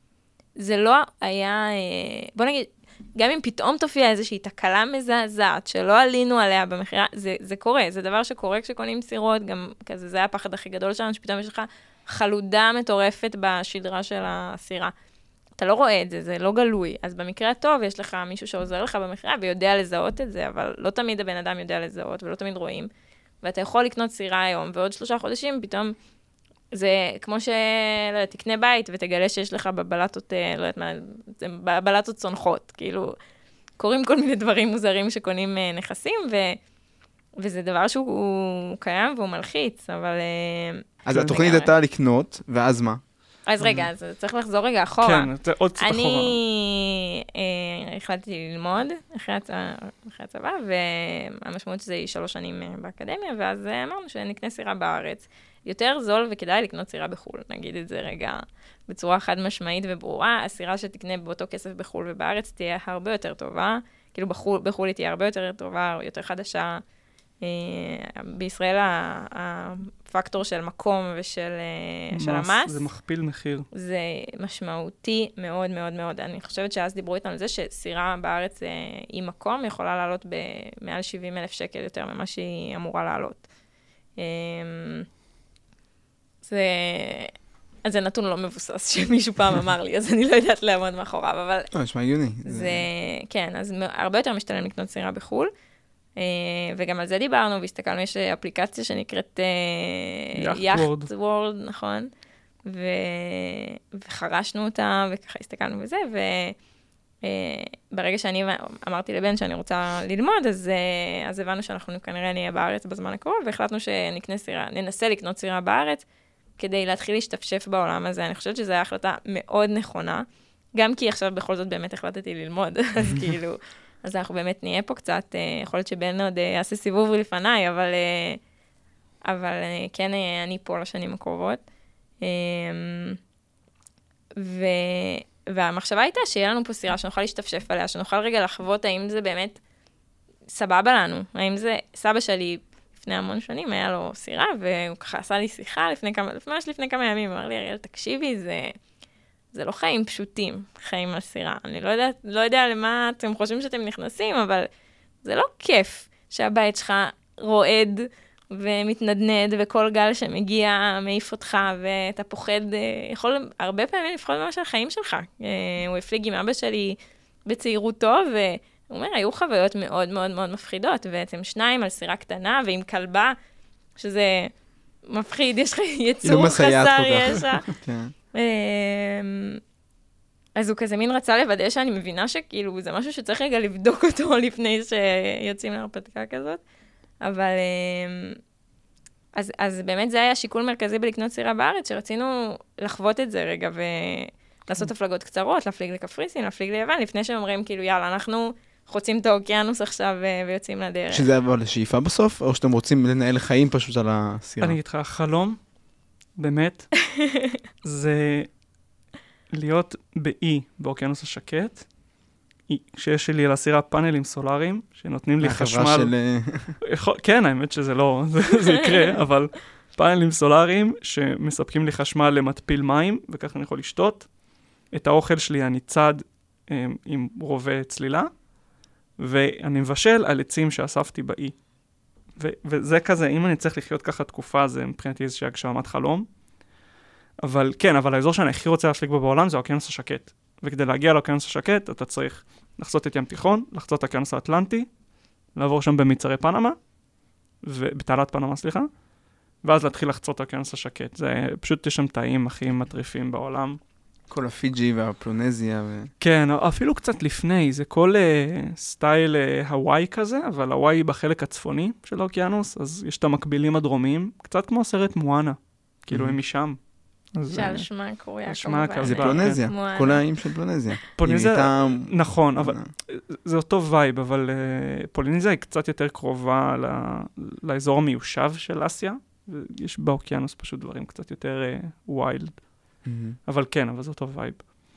וזה לא היה, בוא נגיד, גם אם פתאום תופיע איזושהי תקלה מזעזעת, שלא עלינו עליה במחירה, זה, זה קורה, זה דבר שקורה כשקונים סירות, גם כזה, זה היה הפחד הכי גדול שלנו, שפתאום יש לך חלודה מטורפת בשדרה של הסירה. אתה לא רואה את זה, זה לא גלוי. אז במקרה הטוב, יש לך מישהו שעוזר לך במחירה, ויודע לזהות את זה, אבל לא תמיד הבן אדם יודע לזהות, ולא תמיד רואים. ואתה יכול לקנות סירה היום, ועוד שלושה חודשים, פתאום זה כמו ש... לא יודע, תקנה בית, ותגלה שיש לך בבלטות, לא יודעת מה, זה בבלטות צונחות. כאילו, קורים כל מיני דברים מוזרים שקונים נכסים, ו... וזה דבר שהוא קיים והוא מלחיץ, אבל... אז התוכנית הייתה לקנות, ואז מה? אז רגע, אז צריך לחזור רגע אחורה. כן, זה עוד קצת אחורה. אני החלטתי ללמוד אחרי הצבא, והמשמעות שזה היא שלוש שנים באקדמיה, ואז אמרנו שנקנה סירה בארץ. יותר זול וכדאי לקנות סירה בחול, נגיד את זה רגע בצורה חד משמעית וברורה. הסירה שתקנה באותו כסף בחול ובארץ תהיה הרבה יותר טובה, כאילו בחול, בחול היא תהיה הרבה יותר טובה, יותר חדשה. בישראל הפקטור של מקום ושל של המס, זה מכפיל מחיר. זה משמעותי מאוד מאוד מאוד. אני חושבת שאז דיברו איתנו על זה שסירה בארץ עם מקום יכולה לעלות במעל שבעים אלף שקל יותר ממה שהיא אמורה לעלות. זה... אז זה נתון לא מבוסס שמישהו פעם אמר לי, אז אני לא יודעת לעמוד מאחוריו, אבל... לא, נשמע הגיוני. זה... כן, אז הרבה יותר משתלם לקנות סירה בחול. וגם על זה דיברנו, והסתכלנו, יש אפליקציה שנקראת יאכט וורד, נכון? וחרשנו אותה, וככה הסתכלנו בזה, ברגע שאני אמרתי לבן שאני רוצה ללמוד, אז, אז הבנו שאנחנו כנראה נהיה בארץ בזמן הקרוב, והחלטנו שנקנה סירה, ננסה לקנות סירה בארץ, כדי להתחיל להשתפשף בעולם הזה. אני חושבת שזו הייתה החלטה מאוד נכונה, גם כי עכשיו בכל זאת באמת החלטתי ללמוד, אז כאילו, אז אנחנו באמת נהיה פה קצת, יכול להיות שבן עוד יעשה סיבוב לפניי, אבל, אבל כן, אני פה לשנים הקרובות. ו... והמחשבה הייתה שיהיה לנו פה סירה שנוכל להשתפשף עליה, שנוכל רגע לחוות האם זה באמת סבבה לנו, האם זה, סבא שלי לפני המון שנים היה לו סירה, והוא ככה עשה לי שיחה לפני כמה, ממש לפני כמה ימים, אמר לי, אריאל, תקשיבי, זה, זה לא חיים פשוטים, חיים על סירה. אני לא יודע, לא יודע למה אתם חושבים שאתם נכנסים, אבל זה לא כיף שהבית שלך רועד, ומתנדנד, וכל גל שמגיע מעיף אותך, ואתה פוחד, יכול הרבה פעמים לפחוד ממש על החיים שלך. הוא הפליג עם אבא שלי בצעירותו, והוא אומר, היו חוויות מאוד מאוד מאוד מפחידות, ואתם שניים על סירה קטנה, ועם כלבה, שזה מפחיד, יש לך יצור חסר ישע. אז הוא כזה מין רצה לוודא שאני מבינה שכאילו, זה משהו שצריך רגע לבדוק אותו לפני שיוצאים להרפתקה כזאת. אבל אז, אז באמת זה היה שיקול מרכזי בלקנות סירה בארץ, שרצינו לחוות את זה רגע ולעשות הפלגות קצרות, להפליג לקפריסין, להפליג ליוון, לפני שאומרים כאילו, יאללה, אנחנו חוצים את האוקיינוס עכשיו ויוצאים לדרך. שזה אבל שאיפה בסוף, או שאתם רוצים לנהל חיים פשוט על הסירה? אני אגיד לך, חלום, באמת, זה להיות באי, באוקיינוס השקט, שיש לי על הסירה פאנלים סולאריים, שנותנים לי חשמל. כן, האמת שזה לא, זה יקרה, אבל פאנלים סולאריים שמספקים לי חשמל למטפיל מים, וכך אני יכול לשתות. את האוכל שלי אני צד עם רובה צלילה, ואני מבשל על עצים שאספתי באי. וזה כזה, אם אני צריך לחיות ככה תקופה, זה מבחינתי איזושהי הגשמת חלום. אבל כן, אבל האזור שאני הכי רוצה להפליג בו בעולם זה האוקיינוס השקט. וכדי להגיע לאוקיינוס השקט, אתה צריך לחצות את ים תיכון, לחצות את האוקיינוס האטלנטי, לעבור שם במצרי פנמה, ובתעלת פנמה, סליחה, ואז להתחיל לחצות את האוקיינוס השקט. זה פשוט יש שם תאים הכי מטריפים בעולם. כל הפיג'י והפלונזיה. ו... כן, אפילו קצת לפני, זה כל uh, סטייל uh, הוואי כזה, אבל הוואי היא בחלק הצפוני של האוקיינוס, אז יש את המקבילים הדרומיים, קצת כמו סרט מואנה, כאילו הם משם. שעל שמה קוריה כמובן. זה פלונזיה, כל האיים של פלונזיה. פולינזיה, נכון, אבל זה אותו וייב, אבל פולינזיה היא קצת יותר קרובה לאזור המיושב של אסיה, ויש באוקיינוס פשוט דברים קצת יותר ווילד. אבל כן, אבל זה אותו וייב.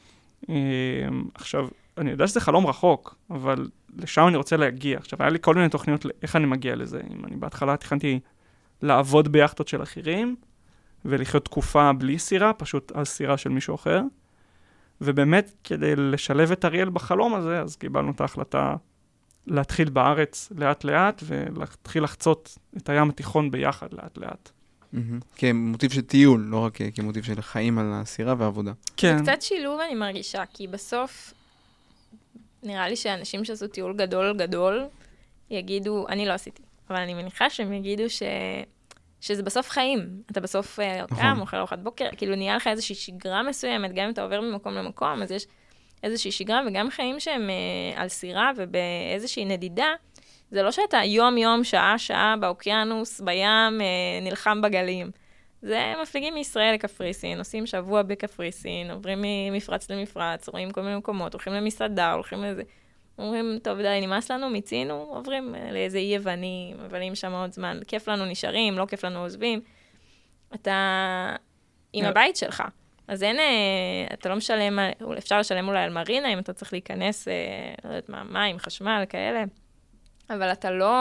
עכשיו, אני יודע שזה חלום רחוק, אבל לשם אני רוצה להגיע. עכשיו, היה לי כל מיני תוכניות איך אני מגיע לזה. אם אני בהתחלה תכנתי לעבוד ביחדות של אחרים, ולחיות תקופה בלי סירה, פשוט על סירה של מישהו אחר. ובאמת, כדי לשלב את אריאל בחלום הזה, אז קיבלנו את ההחלטה להתחיל בארץ לאט-לאט, ולהתחיל לחצות את הים התיכון ביחד לאט-לאט. כמוטיב של טיול, לא רק כמוטיב של חיים על הסירה ועבודה. זה קצת שילוב אני מרגישה, כי בסוף נראה לי שאנשים שעשו טיול גדול גדול, יגידו, אני לא עשיתי, אבל אני מניחה שהם יגידו ש... שזה בסוף חיים. אתה בסוף קם, אוכל ארוחת בוקר, כאילו נהיה לך איזושהי שגרה מסוימת, גם אם אתה עובר ממקום למקום, אז יש איזושהי שגרה, וגם חיים שהם על סירה ובאיזושהי נדידה, זה לא שאתה יום-יום, שעה-שעה באוקיינוס, בים, נלחם בגלים. זה מפליגים מישראל לקפריסין, עושים שבוע בקפריסין, עוברים ממפרץ למפרץ, רואים כל מיני מקומות, הולכים למסעדה, הולכים לזה. אומרים, טוב, די, נמאס לנו, מיצינו, עוברים לאיזה אי יווני, מבלים שם עוד זמן, כיף לנו, נשארים, לא כיף לנו, עוזבים. אתה עם הבית שלך. אז אין, אתה לא משלם, אפשר לשלם אולי על מרינה, אם אתה צריך להיכנס, לא יודעת מה, מים, חשמל, כאלה. אבל אתה לא,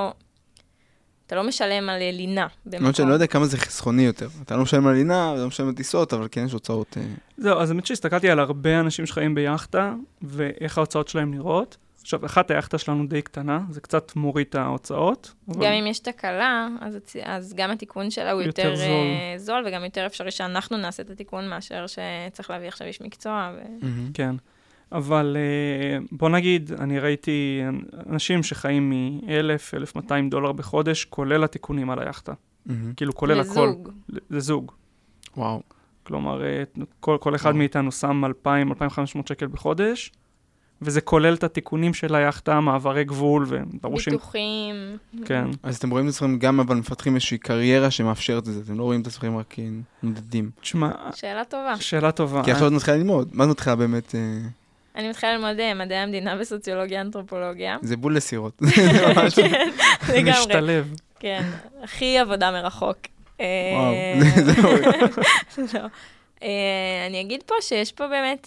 אתה לא משלם על לינה במקום. אני לא יודע כמה זה חסכוני יותר. אתה לא משלם על לינה, אתה לא משלם על טיסות, אבל כן יש הוצאות. זהו, אז באמת שהסתכלתי על הרבה אנשים שחיים ביחטה, ואיך ההוצאות שלהם נראות. עכשיו, אחת היחטה שלנו די קטנה, זה קצת מוריד את ההוצאות. אבל... גם אם יש תקלה, אז, אז גם התיקון שלה הוא יותר, יותר זול. זול, וגם יותר אפשרי שאנחנו נעשה את התיקון, מאשר שצריך להביא עכשיו איש מקצוע. ו... Mm-hmm. כן. אבל בוא נגיד, אני ראיתי אנשים שחיים מ-אלף, אלף מאתיים דולר בחודש, כולל התיקונים על היחטה. Mm-hmm. כאילו, כולל הכל. לזוג. זה זוג. וואו. כלומר, כל, כל אחד וואו. מאיתנו שם אלפיים, אלפיים וחמש מאות שקל בחודש, וזה כולל את התיקונים של היאכטה, מעברי גבול, וברור ביטוחים. כן. אז אתם רואים את עצמכם גם, אבל מפתחים איזושהי קריירה שמאפשרת את זה, אתם לא רואים את עצמכם רק נודדים. תשמע, שאלה טובה. שאלה טובה. כי עכשיו את מתחילה ללמוד. מה את מתחילה באמת? אני מתחילה ללמוד מדעי המדינה וסוציולוגיה, אנתרופולוגיה. זה בול לסירות. כן, לגמרי. משתלב. כן, הכי עבודה מרחוק. וואו, זה לא... אני אגיד פה שיש פה באמת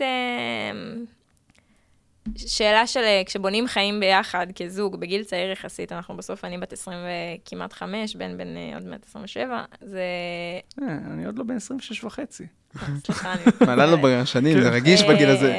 שאלה של כשבונים חיים ביחד כזוג, בגיל צעיר יחסית, אנחנו בסוף, אני בת עשרים וכמעט חמש, בן בן עוד מעט עשרים ושבע, זה... אני עוד לא בן עשרים ושש וחצי. סליחה, אני... מעלה לו בשנים, זה רגיש בגיל הזה.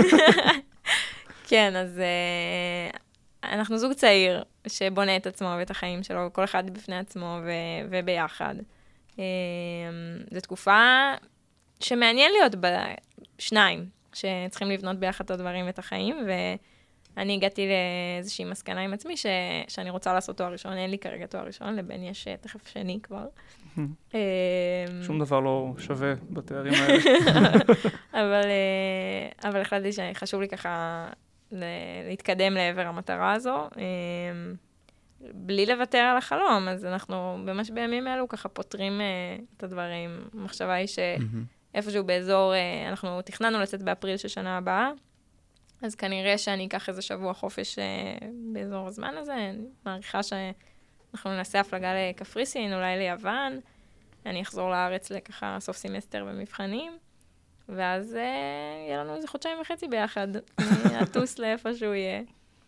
כן, אז אנחנו זוג צעיר שבונה את עצמו ואת החיים שלו, כל אחד בפני עצמו וביחד. זו תקופה שמעניין להיות בשניים, שצריכים לבנות ביחד את הדברים ואת החיים, ואני הגעתי לאיזושהי מסקנה עם עצמי, ש... שאני רוצה לעשות תואר ראשון, אין לי כרגע תואר ראשון, לבן יש תכף שני כבר. שום דבר לא שווה בתארים האלה. אבל, אבל החלטתי שחשוב לי ככה להתקדם לעבר המטרה הזו, בלי לוותר על החלום, אז אנחנו ממש בימים האלו ככה פותרים את הדברים. המחשבה היא ש... איפשהו באזור, אנחנו תכננו לצאת באפריל של שנה הבאה, אז כנראה שאני אקח איזה שבוע חופש באזור הזמן הזה, אני מעריכה שאנחנו נעשה הפלגה לקפריסין, אולי ליוון, אני אחזור לארץ לככה סוף סמסטר במבחנים, ואז יהיה לנו איזה חודשיים וחצי ביחד, נטוס לאיפשהו יהיה,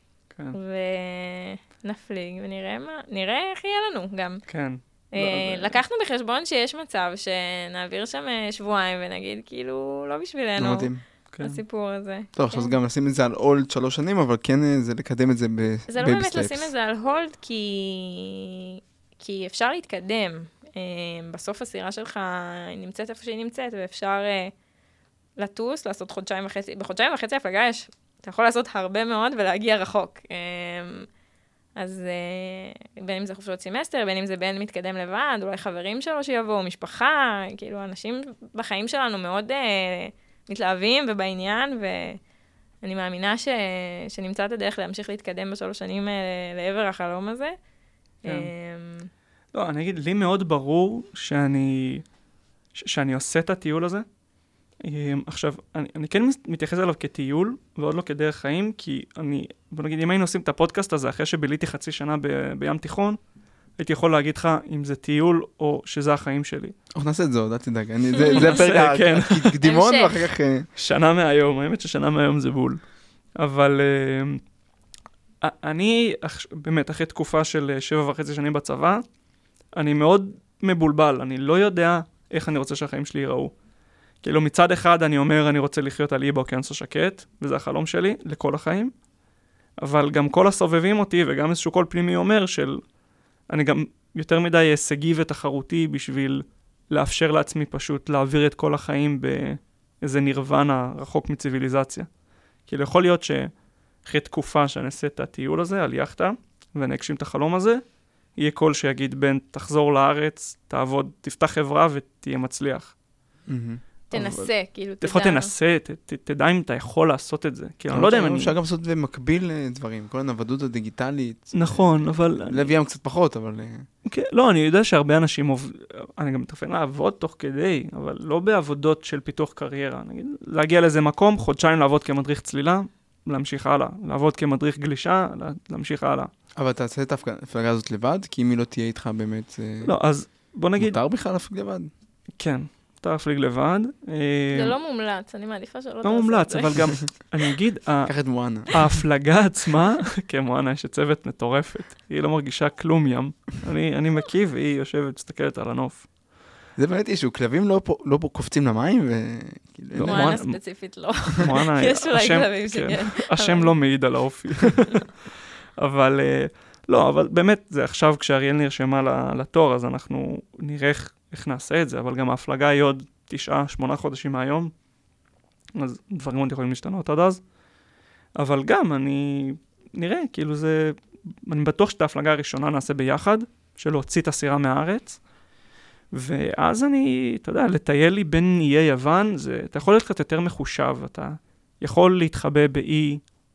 ונפליג, ונראה מה, נראה איך יהיה לנו גם. כן. לקחנו בחשבון שיש מצב שנעביר שם שבועיים ונגיד, כאילו, לא בשבילנו, הסיפור הזה. טוב, עכשיו גם לשים את זה על הולד שלוש שנים, אבל כן זה לקדם את זה בבייבי סטייפס. זה לא באמת לשים את זה על הולד, כי אפשר להתקדם. בסוף הסירה שלך נמצאת איפה שהיא נמצאת, ואפשר לטוס, לעשות חודשיים וחצי. בחודשיים וחצי הפלגה יש, אתה יכול לעשות הרבה מאוד ולהגיע רחוק. אז בין אם זה חופשות סמסטר, בין אם זה בין מתקדם לבד, אולי חברים שלו שיבואו, משפחה, כאילו אנשים בחיים שלנו מאוד uh, מתלהבים ובעניין, ואני מאמינה ש... שנמצא את הדרך להמשיך להתקדם בשלוש שנים uh, לעבר החלום הזה. כן. Um... לא, אני אגיד, לי מאוד ברור שאני, ש... שאני עושה את הטיול הזה. Um, עכשיו, אני, אני כן מתייחס אליו כטיול, ועוד לא כדרך חיים, כי אני, בוא נגיד, אם היינו עושים את הפודקאסט הזה, אחרי שביליתי חצי שנה ב, בים תיכון, הייתי יכול להגיד לך אם זה טיול או שזה החיים שלי. אנחנו נעשה את זה עוד, אל תדאג. זה פרק הקדימון, ואחר כך... שנה מהיום, האמת ששנה מהיום זה בול. אבל אני, באמת, אחרי תקופה של שבע וחצי שנים בצבא, אני מאוד מבולבל, אני לא יודע איך אני רוצה שהחיים שלי ייראו. כאילו מצד אחד אני אומר, אני רוצה לחיות על אי באוקיינוס השקט, וזה החלום שלי לכל החיים, אבל גם כל הסובבים אותי, וגם איזשהו קול פנימי אומר של, אני גם יותר מדי הישגי ותחרותי בשביל לאפשר לעצמי פשוט להעביר את כל החיים באיזה נירוונה רחוק מציביליזציה. כאילו יכול להיות שאחרי תקופה שאני אעשה את הטיול הזה על יאכטה, ואני אגשים את החלום הזה, יהיה קול שיגיד בן, תחזור לארץ, תעבוד, תפתח חברה ותהיה מצליח. תנסה, כאילו, תדע. לפחות תנסה, תדע אם אתה יכול לעשות את זה. כאילו, אני לא יודע אם אני... אפשר גם לעשות במקביל דברים, כל הנוודות הדיגיטלית. נכון, אבל... לב ים קצת פחות, אבל... לא, אני יודע שהרבה אנשים, אני גם מתכוון לעבוד תוך כדי, אבל לא בעבודות של פיתוח קריירה. נגיד, להגיע לאיזה מקום, חודשיים לעבוד כמדריך צלילה, להמשיך הלאה. לעבוד כמדריך גלישה, להמשיך הלאה. אבל אתה עושה את ההפלגה הזאת לבד? כי אם היא לא תהיה איתך באמת... לא, אז בוא נגיד... מותר בכלל להפליג לבד? כן. אתה להפליג לבד. זה לא מומלץ, אני מעדיפה שלא תעשה את זה. לא מומלץ, אבל גם, אני אגיד, קח את מואנה. ההפלגה עצמה, כמואנה, יש צוות מטורפת. היא לא מרגישה כלום ים. אני מקיף, והיא יושבת, מסתכלת על הנוף. זה באמת אישו, כלבים לא קופצים למים, ו... מואנה ספציפית לא. מואנה, יש אולי כלבים שכן. השם לא מעיד על האופי. אבל, לא, אבל באמת, זה עכשיו כשאריאל נרשמה לתואר, אז אנחנו נראה איך נעשה את זה, אבל גם ההפלגה היא עוד תשעה, שמונה חודשים מהיום, אז דברים עוד יכולים להשתנות עד אז. אבל גם, אני נראה, כאילו זה, אני בטוח שאת ההפלגה הראשונה נעשה ביחד, של להוציא את הסירה מהארץ, ואז אני, אתה יודע, לטייל לי בין איי יוון, זה, אתה יכול להיות קצת יותר מחושב, אתה יכול להתחבא באי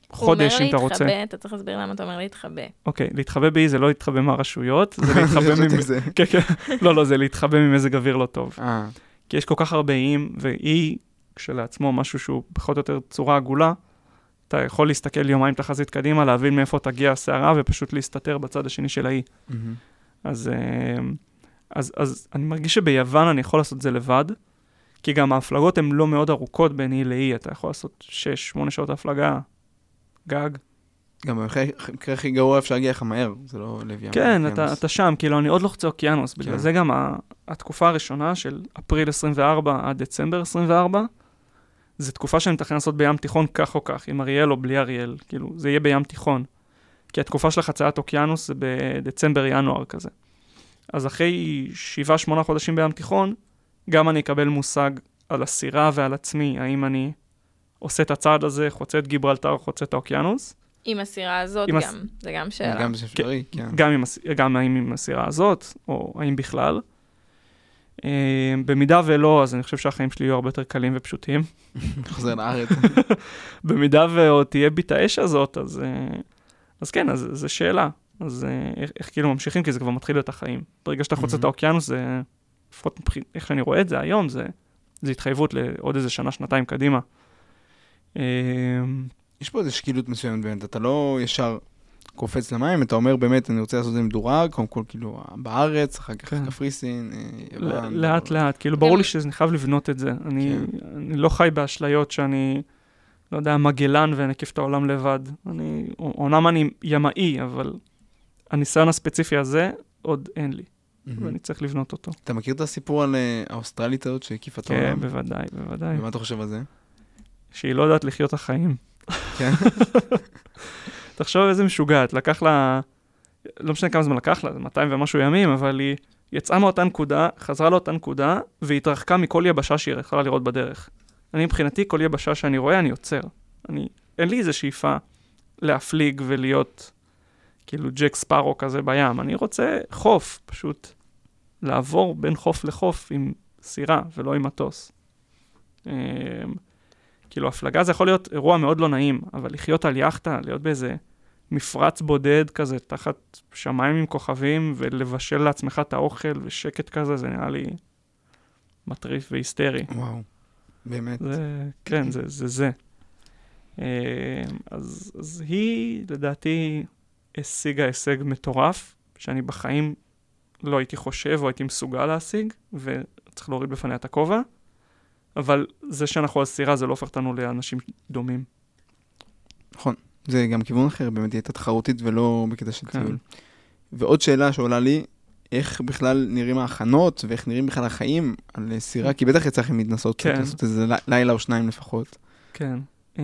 חודש אם אתה רוצה. הוא אומר להתחבא, אתה צריך להסביר למה אתה אומר להתחבא. אוקיי, להתחבא בי זה לא להתחבא מהרשויות, זה להתחבא ממזג... כן, כן. לא, לא, זה להתחבא ממזג אוויר לא טוב. כי יש כל כך הרבה איים, ואי כשלעצמו משהו שהוא פחות או יותר צורה עגולה, אתה יכול להסתכל יומיים תחזית קדימה, להבין מאיפה תגיע הסערה, ופשוט להסתתר בצד השני של האי. אז, אז, אז אני מרגיש שביוון אני יכול לעשות זה לבד, כי גם ההפלגות הן לא מאוד ארוכות בין אי לאי, אתה יכול לעשות שש, שמונה שעות הפלגה, גג. גם במקרה הכי גרוע אפשר להגיע לך מהר, זה לא לב ים. כן, אתה, אתה שם, כאילו אני עוד לא חוצה אוקיינוס, בגלל כן. זה גם ה, התקופה הראשונה של אפריל עשרים וארבע עד דצמבר עשרים וארבע, זו תקופה שאני מתכנן לעשות בים תיכון כך או כך, עם אריאל או בלי אריאל, כאילו זה יהיה בים תיכון. כי התקופה של חציית אוקיינוס זה בדצמבר-ינואר כזה. אז אחרי שבעה, שמונה חודשים בים תיכון, גם אני אקבל מושג על הסירה ועל עצמי, האם אני עושה את הצעד הזה, חוצה את גיברלטר, חוצה את האוקיינוס. עם הסירה הזאת גם, הס... זה גם שאלה. גם זה אפשרי, כן. גם, עם הס... גם האם עם הסירה הזאת, או האם בכלל. במידה ולא, אז אני חושב שהחיים שלי יהיו הרבה יותר קלים ופשוטים. חוזר לארץ. במידה ועוד תהיה ביט האש הזאת, אז, אז כן, אז זה שאלה. אז איך, איך כאילו ממשיכים, כי זה כבר מתחיל להיות החיים. ברגע שאתה חוצה את האוקיינוס, זה, לפחות איך שאני רואה את זה היום, זה, זה התחייבות לעוד איזה שנה, שנתיים קדימה. יש פה איזו שקילות מסוימת באמת, אתה לא ישר קופץ למים, אתה אומר באמת, אני רוצה לעשות את זה מדורג, קודם כל כאילו בארץ, אחר כך קפריסין, יוון. לאט לאט, כאילו ברור לי שאני חייב לבנות את זה. אני לא חי באשליות שאני, לא יודע, מגלן ונקיף את העולם לבד. אני, אומנם אני ימאי, אבל הניסיון הספציפי הזה עוד אין לי, ואני צריך לבנות אותו. אתה מכיר את הסיפור על האוסטרלית הזאת שהקיפה את העולם? כן, בוודאי, בוודאי. ומה אתה חושב על זה? שהיא לא יודעת לחיות החיים. כן. תחשוב איזה משוגעת, לקח לה, לא משנה כמה זמן לקח לה, זה מאתיים ומשהו ימים, אבל היא יצאה מאותה נקודה, חזרה לאותה נקודה, והתרחקה מכל יבשה שהיא יכולה לראות בדרך. אני מבחינתי, כל יבשה שאני רואה, אני יוצר. אני, אין לי איזו שאיפה להפליג ולהיות כאילו ג'ק ספארו כזה בים. אני רוצה חוף, פשוט לעבור בין חוף לחוף עם סירה ולא עם מטוס. כאילו, הפלגה זה יכול להיות אירוע מאוד לא נעים, אבל לחיות על יחטה, להיות באיזה מפרץ בודד כזה, תחת שמיים עם כוכבים, ולבשל לעצמך את האוכל ושקט כזה, זה נראה לי מטריף והיסטרי. וואו, באמת. זה, כן, זה זה. זה. אז, אז היא, לדעתי, השיגה הישג מטורף, שאני בחיים לא הייתי חושב או הייתי מסוגל להשיג, וצריך להוריד בפניה את הכובע. אבל זה שאנחנו על סירה, זה לא הופך אותנו לאנשים דומים. נכון. זה גם כיוון אחר, באמת היא הייתה תחרותית ולא בקטע של טיול. ועוד שאלה שעולה לי, איך בכלל נראים ההכנות, ואיך נראים בכלל החיים על סירה, כי בטח יצא לכם להתנסות, לעשות איזה לילה או שניים לפחות. כן.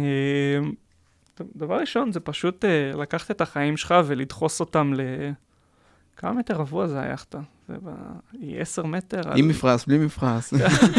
דבר ראשון, זה פשוט לקחת את החיים שלך ולדחוס אותם ל... כמה מטר רבוע זה היחטה? היא עשר מטר. עם מפרס, בלי מפרס.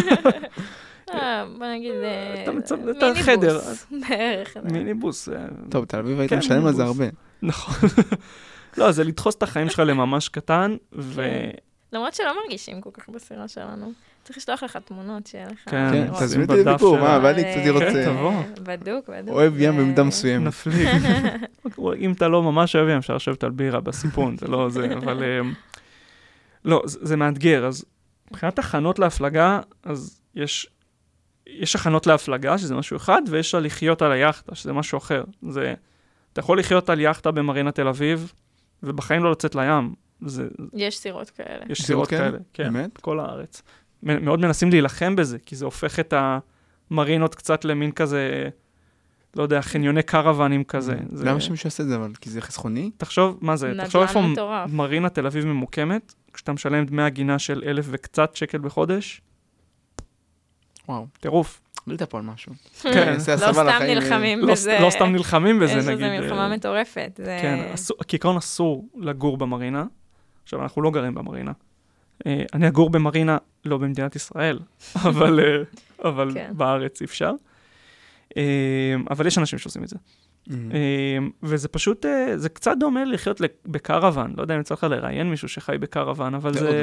בוא נגיד, מיניבוס. בערך. מיניבוס. טוב, תל אביב היית משלם על זה הרבה. נכון. לא, זה לדחוס את החיים שלך לממש קטן, ו... למרות שלא מרגישים כל כך בסירה שלנו. צריך לשלוח לך תמונות שיהיה לך. כן, תזמין אותי לביקור, מה, אבל אני קצת רוצה... בדוק, בדוק. אוהב ים במידה מסוימת. נפליג. אם אתה לא ממש אוהב ים, אפשר לשבת על בירה בסיפון, זה לא זה, אבל... לא, זה מאתגר, אז מבחינת הכנות להפלגה, אז יש... יש הכנות להפלגה, שזה משהו אחד, ויש לחיות על היחטה, שזה משהו אחר. זה, אתה יכול לחיות על יחטה במרינה תל אביב, ובחיים לא לצאת לים. זה, יש סירות כאלה. יש סירות כאלה, כאלה. כן, באמת? כל הארץ. מאוד מנסים להילחם בזה, כי זה הופך את המרינות קצת למין כזה, לא יודע, חניוני קרוונים כזה. זה... למה שמישהו יעשה את זה, אבל? כי זה חסכוני? תחשוב, מה זה? תחשוב איפה מרינה תל אביב ממוקמת, כשאתה משלם דמי הגינה של אלף וקצת שקל בחודש, וואו. טירוף. לא יודע פה על משהו. כן. לא סתם נלחמים בזה. לא סתם נלחמים בזה, נגיד. יש איזו מלחמה מטורפת. כן, כעיקרון אסור לגור במרינה. עכשיו, אנחנו לא גרים במרינה. אני אגור במרינה, לא במדינת ישראל, אבל בארץ אפשר. אבל יש אנשים שעושים את זה. וזה פשוט, זה קצת דומה לחיות בקרוון. לא יודע אם צריך לראיין מישהו שחי בקרוון, אבל זה...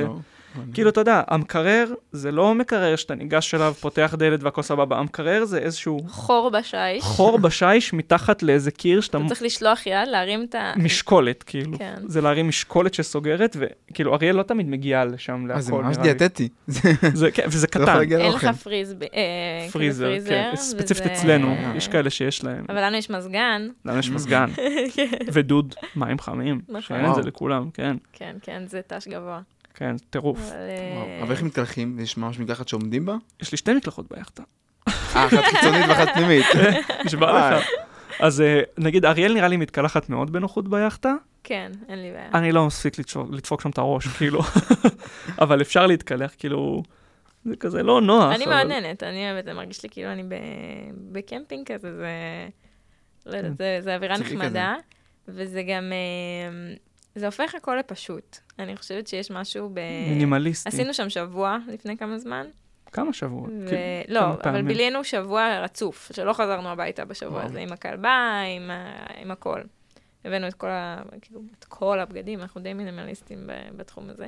כאילו, אתה יודע, המקרר זה לא מקרר שאתה ניגש אליו, פותח דלת והכל סבבה. המקרר זה איזשהו... חור בשיש. חור בשיש מתחת לאיזה קיר שאתה... אתה צריך לשלוח יד, להרים את ה... משקולת, כאילו. זה להרים משקולת שסוגרת, וכאילו, אריאל לא תמיד מגיע לשם להכל. זה ממש דיאטטי. וזה קטן. אין לך פריזר, כן. ספציפית אצלנו, יש כאלה שיש להם. אבל לנו יש מזגן. לנו יש מזגן. ודוד, מים חמים. שאין את זה לכולם, כן. כן, כן, זה תש גבוה. כן, טירוף. אבל איך מתקלחים? יש ממש מקלחת שעומדים בה? יש לי שתי מקלחות ביחדה. אה, אחת חיצונית ואחת פנימית. נשבע לך. אז נגיד, אריאל נראה לי מתקלחת מאוד בנוחות ביחדה. כן, אין לי בעיה. אני לא מספיק לדפוק שם את הראש, כאילו. אבל אפשר להתקלח, כאילו, זה כזה לא נוח. אני מאוד נהנית, אני אוהבת, זה מרגיש לי כאילו אני בקמפינג כזה, זה... לא יודעת, זה אווירה נחמדה, וזה גם... זה הופך הכל לפשוט. אני חושבת שיש משהו ב... מינימליסטי. עשינו שם שבוע לפני כמה זמן. כמה שבועות? לא, אבל בילינו שבוע רצוף, שלא חזרנו הביתה בשבוע הזה, עם הכלבה, עם הכל. הבאנו את כל, ה... כאילו, את כל הבגדים, אנחנו די מינימליסטים בתחום הזה.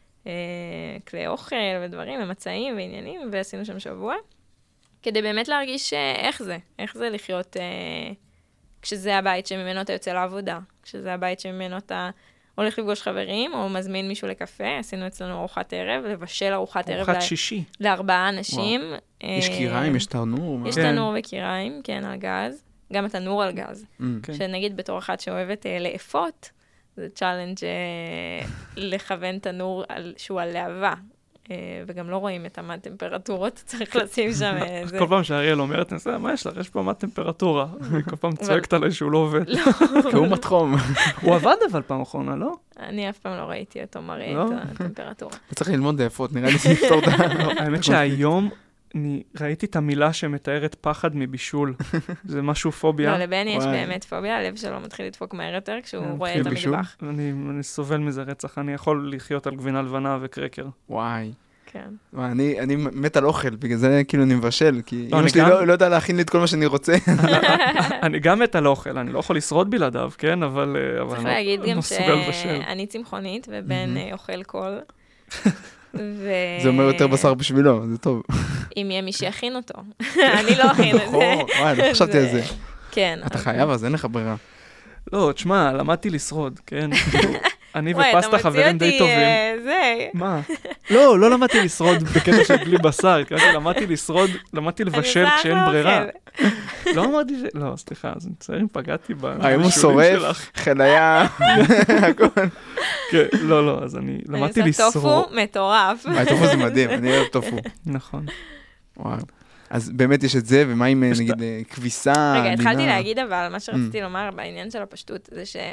כלי אוכל ודברים, ומצעים ועניינים, ועשינו שם שבוע, כדי באמת להרגיש איך זה, איך זה לחיות כשזה הבית שממנו אתה יוצא לעבודה, כשזה הבית שממנו אתה הולך לפגוש חברים, או מזמין מישהו לקפה, עשינו אצלנו ארוחת ערב, לבשל ארוחת ערב. ארוחת שישי. לארבעה אנשים. יש קיריים, יש תנור. יש תנור וקיריים, כן, על גז. גם התנור על גז. שנגיד בתור אחת שאוהבת לאפות, זה צ'אלנג' לכוון תנור שהוא על להבה. וגם לא רואים את המד טמפרטורות, צריך לשים שם איזה... כל פעם שאריאל אומרת, מה יש לך? יש פה מד טמפרטורה. וכל פעם צועקת עליי שהוא לא עובד. כי הוא מתחום. הוא עבד אבל פעם אחרונה, לא? אני אף פעם לא ראיתי אותו מראה את הטמפרטורה. אתה צריך ללמוד לאפות, נראה לי שנפתור את ה... האמת שהיום אני ראיתי את המילה שמתארת פחד מבישול. זה משהו פוביה. לא, לבן יש באמת פוביה, הלב שלו מתחיל לדפוק מהר יותר כשהוא רואה את המטבח. אני סובל מזה רצח, אני יכול לחיות על גבינה לבנה וקרקר. וואי. כן. אני מת על אוכל, בגלל זה כאילו אני מבשל, כי אמא שלי לא יודע להכין לי את כל מה שאני רוצה. אני גם מת על אוכל, אני לא יכול לשרוד בלעדיו, כן, אבל... צריך להגיד גם שאני צמחונית ובן אוכל קול. זה אומר יותר בשר בשבילו, זה טוב. אם יהיה מי שיכין אותו. אני לא אכין את זה. וואי, לא חשבתי על זה. כן. אתה חייב, אז אין לך ברירה. לא, תשמע, למדתי לשרוד, כן? אני ופסטה חברים די טובים. זה. מה? לא, לא למדתי לשרוד בקטע של בלי בשר, למדתי לשרוד, למדתי לבשל כשאין ברירה. לא אמרתי ש... לא, סליחה, אז אני צריך אם פגעתי במשולים שלך. האם הוא שורף, חניה, הכל. כן, לא, לא, אז אני למדתי לשרוד. טופו מטורף. טופו זה מדהים, אני אוהב טופו. נכון. וואו. אז באמת יש את זה, ומה עם נגיד כביסה? רגע, התחלתי להגיד אבל, מה שרציתי לומר בעניין של הפשטות, זה ש...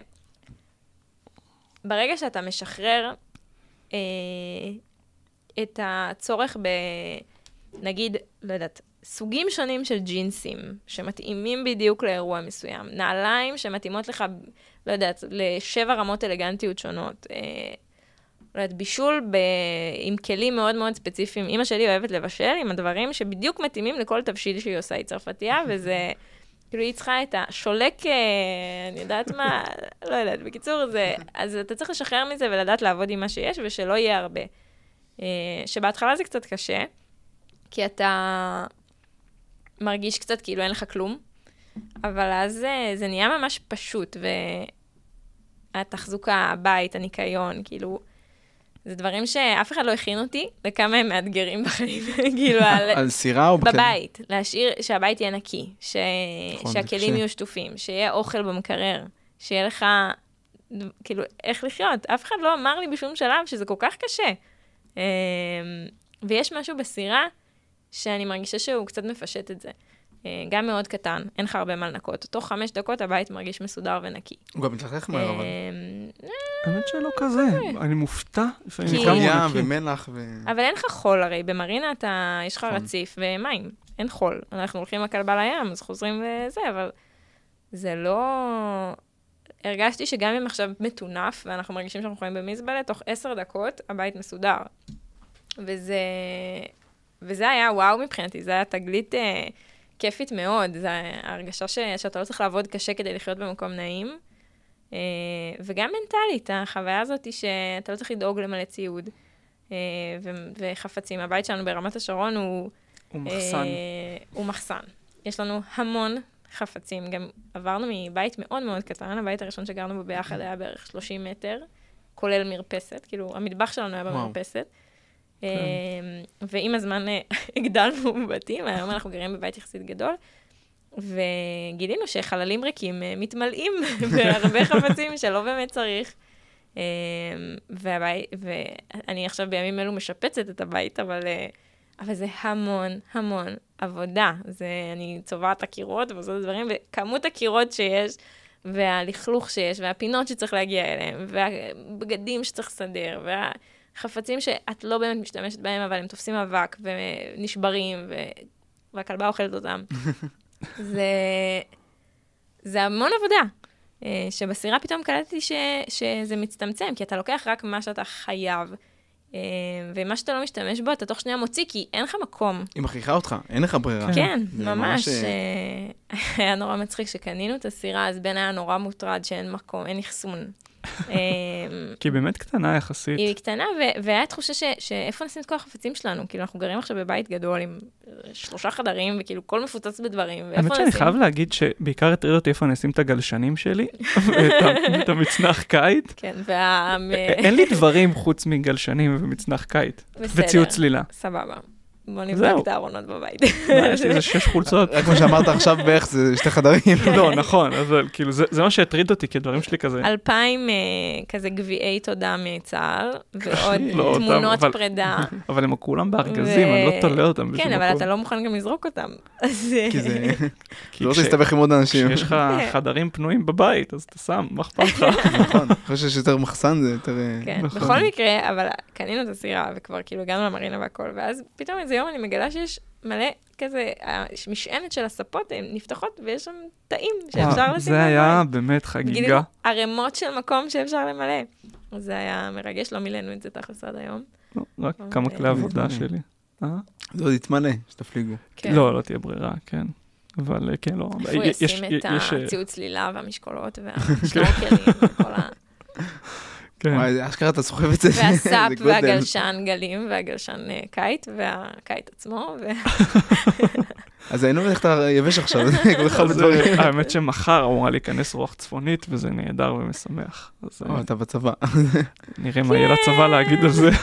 ברגע שאתה משחרר אה, את הצורך ב... נגיד, לא יודעת, סוגים שונים של ג'ינסים, שמתאימים בדיוק לאירוע מסוים, נעליים שמתאימות לך, לא יודעת, לשבע רמות אלגנטיות שונות, אה, לא יודעת, בישול ב... עם כלים מאוד מאוד ספציפיים. אמא שלי אוהבת לבשל עם הדברים שבדיוק מתאימים לכל תבשיל שהיא עושה, היא צרפתייה, וזה... כאילו היא צריכה את השולק, אני יודעת מה, לא יודעת, בקיצור זה, אז אתה צריך לשחרר מזה ולדעת לעבוד עם מה שיש, ושלא יהיה הרבה. שבהתחלה זה קצת קשה, כי אתה מרגיש קצת כאילו אין לך כלום, אבל אז זה, זה נהיה ממש פשוט, והתחזוקה, הבית, הניקיון, כאילו, זה דברים שאף אחד לא הכין אותי, וכמה הם מאתגרים בחיים, כאילו, על... על סירה או בכלים? בבית, להשאיר, שהבית יהיה נקי, ש... שהכלים יהיו שטופים, שיהיה אוכל במקרר, שיהיה לך, כאילו, איך לחיות. אף אחד לא אמר לי בשום שלב שזה כל כך קשה. ויש משהו בסירה, שאני מרגישה שהוא קצת מפשט את זה. גם מאוד קטן, אין לך הרבה מה לנקות. תוך חמש דקות הבית מרגיש מסודר ונקי. הוא גם מתלכלך מהר, אבל... האמת שלא כזה, אני מופתע. ים ומלח ו... אבל אין לך חול הרי, במרינה אתה, יש לך רציף ומים, אין חול. אנחנו הולכים עם הכלבה לים, אז חוזרים וזה, אבל זה לא... הרגשתי שגם אם עכשיו מטונף, ואנחנו מרגישים שאנחנו חיים במזבלה, תוך עשר דקות הבית מסודר. וזה... וזה היה וואו מבחינתי, זה היה תגלית... כיפית מאוד, זו ההרגשה ש... שאתה לא צריך לעבוד קשה כדי לחיות במקום נעים, וגם מנטלית, החוויה הזאת היא שאתה לא צריך לדאוג למלא ציוד, וחפצים. הבית שלנו ברמת השרון הוא... הוא מחסן. הוא מחסן. יש לנו המון חפצים. גם עברנו מבית מאוד מאוד קטן, הבית הראשון שגרנו בו ביחד היה בערך שלושים מטר, כולל מרפסת, כאילו המטבח שלנו היה במרפסת. ועם הזמן הגדלנו בבתים, היום אנחנו גרים בבית יחסית גדול, וגילינו שחללים ריקים מתמלאים בהרבה חפצים שלא באמת צריך. ואני עכשיו בימים אלו משפצת את הבית, אבל... אבל זה המון, המון עבודה. זה, אני צובעת הקירות ועושות דברים, וכמות הקירות שיש, והלכלוך שיש, והפינות שצריך להגיע אליהם, והבגדים שצריך לסדר, והחפצים שאת לא באמת משתמשת בהם, אבל הם תופסים אבק ונשברים, ו... והכלבה אוכלת אותם. זה, זה המון עבודה. שבסירה פתאום קלטתי ש... שזה מצטמצם, כי אתה לוקח רק מה שאתה חייב, ומה שאתה לא משתמש בו, אתה תוך שניה מוציא, כי אין לך מקום. היא מכריחה אותך, אין לך ברירה. כן, ממש. היה נורא מצחיק שקנינו את הסירה, אז בן היה נורא מוטרד שאין מקום, אין אחסון. כי היא באמת קטנה יחסית. היא קטנה, והיה תחושה שאיפה נשים את כל החפצים שלנו? כאילו, אנחנו גרים עכשיו בבית גדול עם שלושה חדרים, וכאילו כל מפוצץ בדברים. האמת שאני חייב להגיד שבעיקר הטריד אותי איפה נשים את הגלשנים שלי, ואת המצנח קיט. כן, וה... אין לי דברים חוץ מגלשנים ומצנח קיט. וציוד צלילה. סבבה. בוא נבדק את הארונות בבית. יש לי איזה שש חולצות. רק כמו שאמרת עכשיו בערך זה שתי חדרים. לא, נכון, אבל כאילו זה מה שהטריד אותי, כי הדברים שלי כזה. אלפיים כזה גביעי תודה מצה"ל, ועוד תמונות פרידה. אבל הם כולם בארגזים, אני לא תולה אותם. כן, אבל אתה לא מוכן גם לזרוק אותם. כי זה... לא רוצה להסתבך עם עוד אנשים. כשיש לך חדרים פנויים בבית, אז אתה שם, מה אכפת לך? נכון, אני חושב שיש יותר מחסן, זה יותר... כן, בכל מקרה, אבל קנינו את הסירה, וכבר כאילו הגענו למרינה והכל, ואז פתאום איזה יום אני מגלה שיש מלא כזה, המשענת של הספות, הן נפתחות, ויש שם תאים שאפשר לשים. זה היה באמת חגיגה. גילינו ערימות של מקום שאפשר למלא. זה היה מרגש, לא מילאנו את זה תכלס עד היום. רק כמה כלי עבודה שלי. זה עוד יתמלא, שתפליגו. לא, לא תהיה ברירה, כן. אבל כן, לא. איפה הוא ישים את הציוד צלילה והמשקולות והשנורקלים וכל ה... וואי, אשכרה אתה סוחב את זה. והסאפ והגלשן גלים, והגלשן קיט, והקיט עצמו. אז היינו ללכת יבש עכשיו. האמת שמחר אמורה להיכנס רוח צפונית, וזה נהדר ומשמח. אתה בצבא. נראה מה יהיה לצבא להגיד על זה.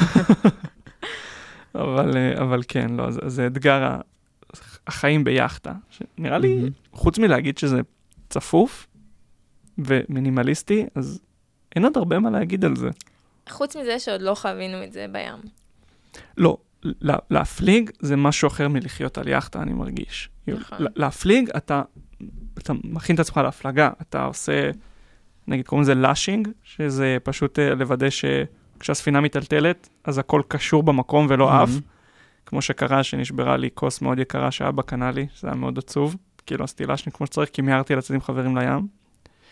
אבל כן, לא, זה אתגר החיים ביחדה. נראה לי, חוץ מלהגיד שזה צפוף ומינימליסטי, אז אין עוד הרבה מה להגיד על זה. חוץ מזה שעוד לא חווינו את זה בים. לא, להפליג זה משהו אחר מלחיות על יחדה, אני מרגיש. נכון. להפליג, אתה, אתה מכין את עצמך להפלגה, אתה עושה, נגיד, קוראים לזה לאשינג, שזה פשוט לוודא שכשהספינה מטלטלת, אז הכל קשור במקום ולא עף. כמו שקרה, שנשברה לי כוס מאוד יקרה שאבא קנה לי, שזה היה מאוד עצוב, כאילו עשיתי לאשינג כמו שצריך, כי מיהרתי לצאת עם חברים לים.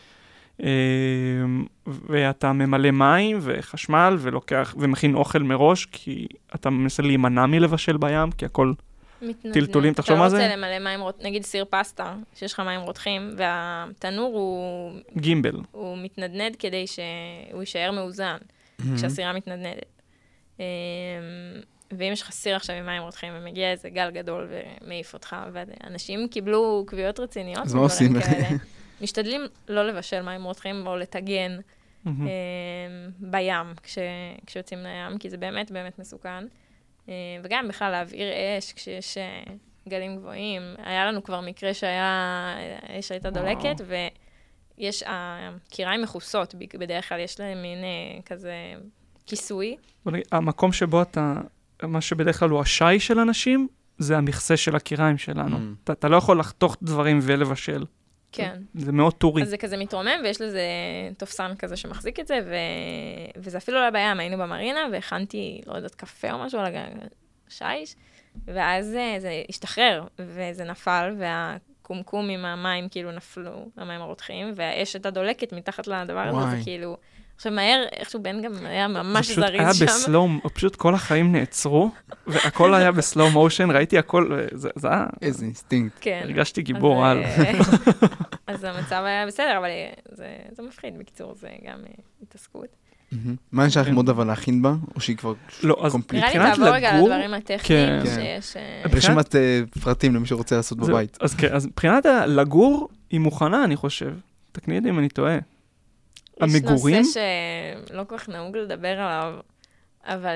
ואתה ממלא מים וחשמל ולוקח ומכין אוכל מראש, כי אתה מנסה להימנע מלבשל בים, כי הכל טלטולים, תחשוב מה זה? אתה רוצה למלא מים, נגיד סיר פסטה, שיש לך מים רותחים, והתנור הוא... גימבל. הוא מתנדנד כדי שהוא יישאר מאוזן, כשהסירה מתנדנדת. ואם יש לך סיר עכשיו עם מים רותחים, ומגיע איזה גל גדול ומעיף אותך, ואנשים קיבלו קביעות רציניות. אז מה עושים? משתדלים לא לבשל מים רותחים, או לטגן בים כשיוצאים לים, כי זה באמת באמת מסוכן. וגם בכלל להבעיר אש כשיש גלים גבוהים. היה לנו כבר מקרה שהיה, אש הייתה דולקת, ויש, הקיריים מכוסות, בדרך כלל יש להם מין כזה כיסוי. המקום שבו אתה, מה שבדרך כלל הוא השי של אנשים, זה המכסה של הקיריים שלנו. אתה לא יכול לחתוך דברים ולבשל. כן. זה מאוד טורי. אז זה כזה מתרומם, ויש לזה תופסן כזה שמחזיק את זה, ו... וזה אפילו לא בים, היינו במרינה, והכנתי, לא יודעת, קפה או משהו, שיש, ואז זה השתחרר, וזה נפל, והקומקום עם המים כאילו נפלו, המים הרותחים, והאש הייתה דולקת מתחת לדבר הזה, זה כאילו... עכשיו מהר, איכשהו בן גם היה ממש זריז שם. זה פשוט היה בסלום, פשוט כל החיים נעצרו, והכל היה בסלום מושן, ראיתי הכל, זה היה... איזה אינסטינקט. כן. הרגשתי גיבור על. אז המצב היה בסדר, אבל זה מפחיד, בקיצור, זה גם התעסקות. מה נשאר לכם עוד אבל להכין בה? או שהיא כבר קומפליט? נראה לי תעבור רגע על הדברים הטכניים שיש... רשימת פרטים למי שרוצה לעשות בבית. אז מבחינת לגור היא מוכנה, אני חושב. תקני לי אם אני טועה. המגורים... יש נושא שלא כל כך נהוג לדבר עליו, אבל...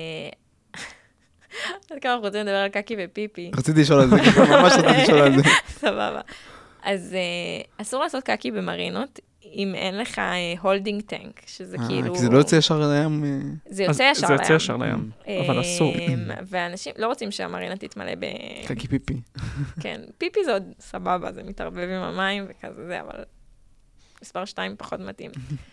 עד כמה אנחנו רוצים לדבר על קקי ופיפי. רציתי לשאול על זה, ממש רציתי לשאול על זה. סבבה. אז אסור לעשות קקי במרינות, אם אין לך הולדינג טנק, שזה כאילו... כי זה לא יוצא ישר לים. זה יוצא ישר לים. זה יוצא ישר לים, אבל אסור. ואנשים לא רוצים שהמרינה תתמלא ב... קקי פיפי. כן, פיפי זה עוד סבבה, זה מתערבב עם המים וכזה זה, אבל מספר שתיים פחות מתאים.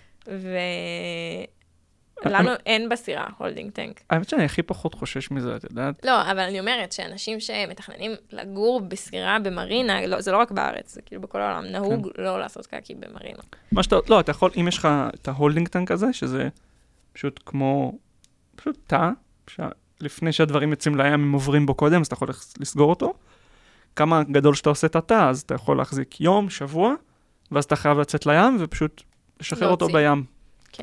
ולנו אין בסירה הולדינג טנק. האמת שאני הכי פחות חושש מזה, את יודעת? לא, אבל אני אומרת שאנשים שמתכננים לגור בסירה במרינה, זה לא רק בארץ, זה כאילו בכל העולם, נהוג לא לעשות קקי במרינה. מה שאתה, לא, אתה יכול, אם יש לך את ההולדינג טנק הזה, שזה פשוט כמו, פשוט תא, לפני שהדברים יוצאים לים, הם עוברים בו קודם, אז אתה יכול לסגור אותו. כמה גדול שאתה עושה את התא, אז אתה יכול להחזיק יום, שבוע, ואז אתה חייב לצאת לים, ופשוט לשחרר אותו בים. כן.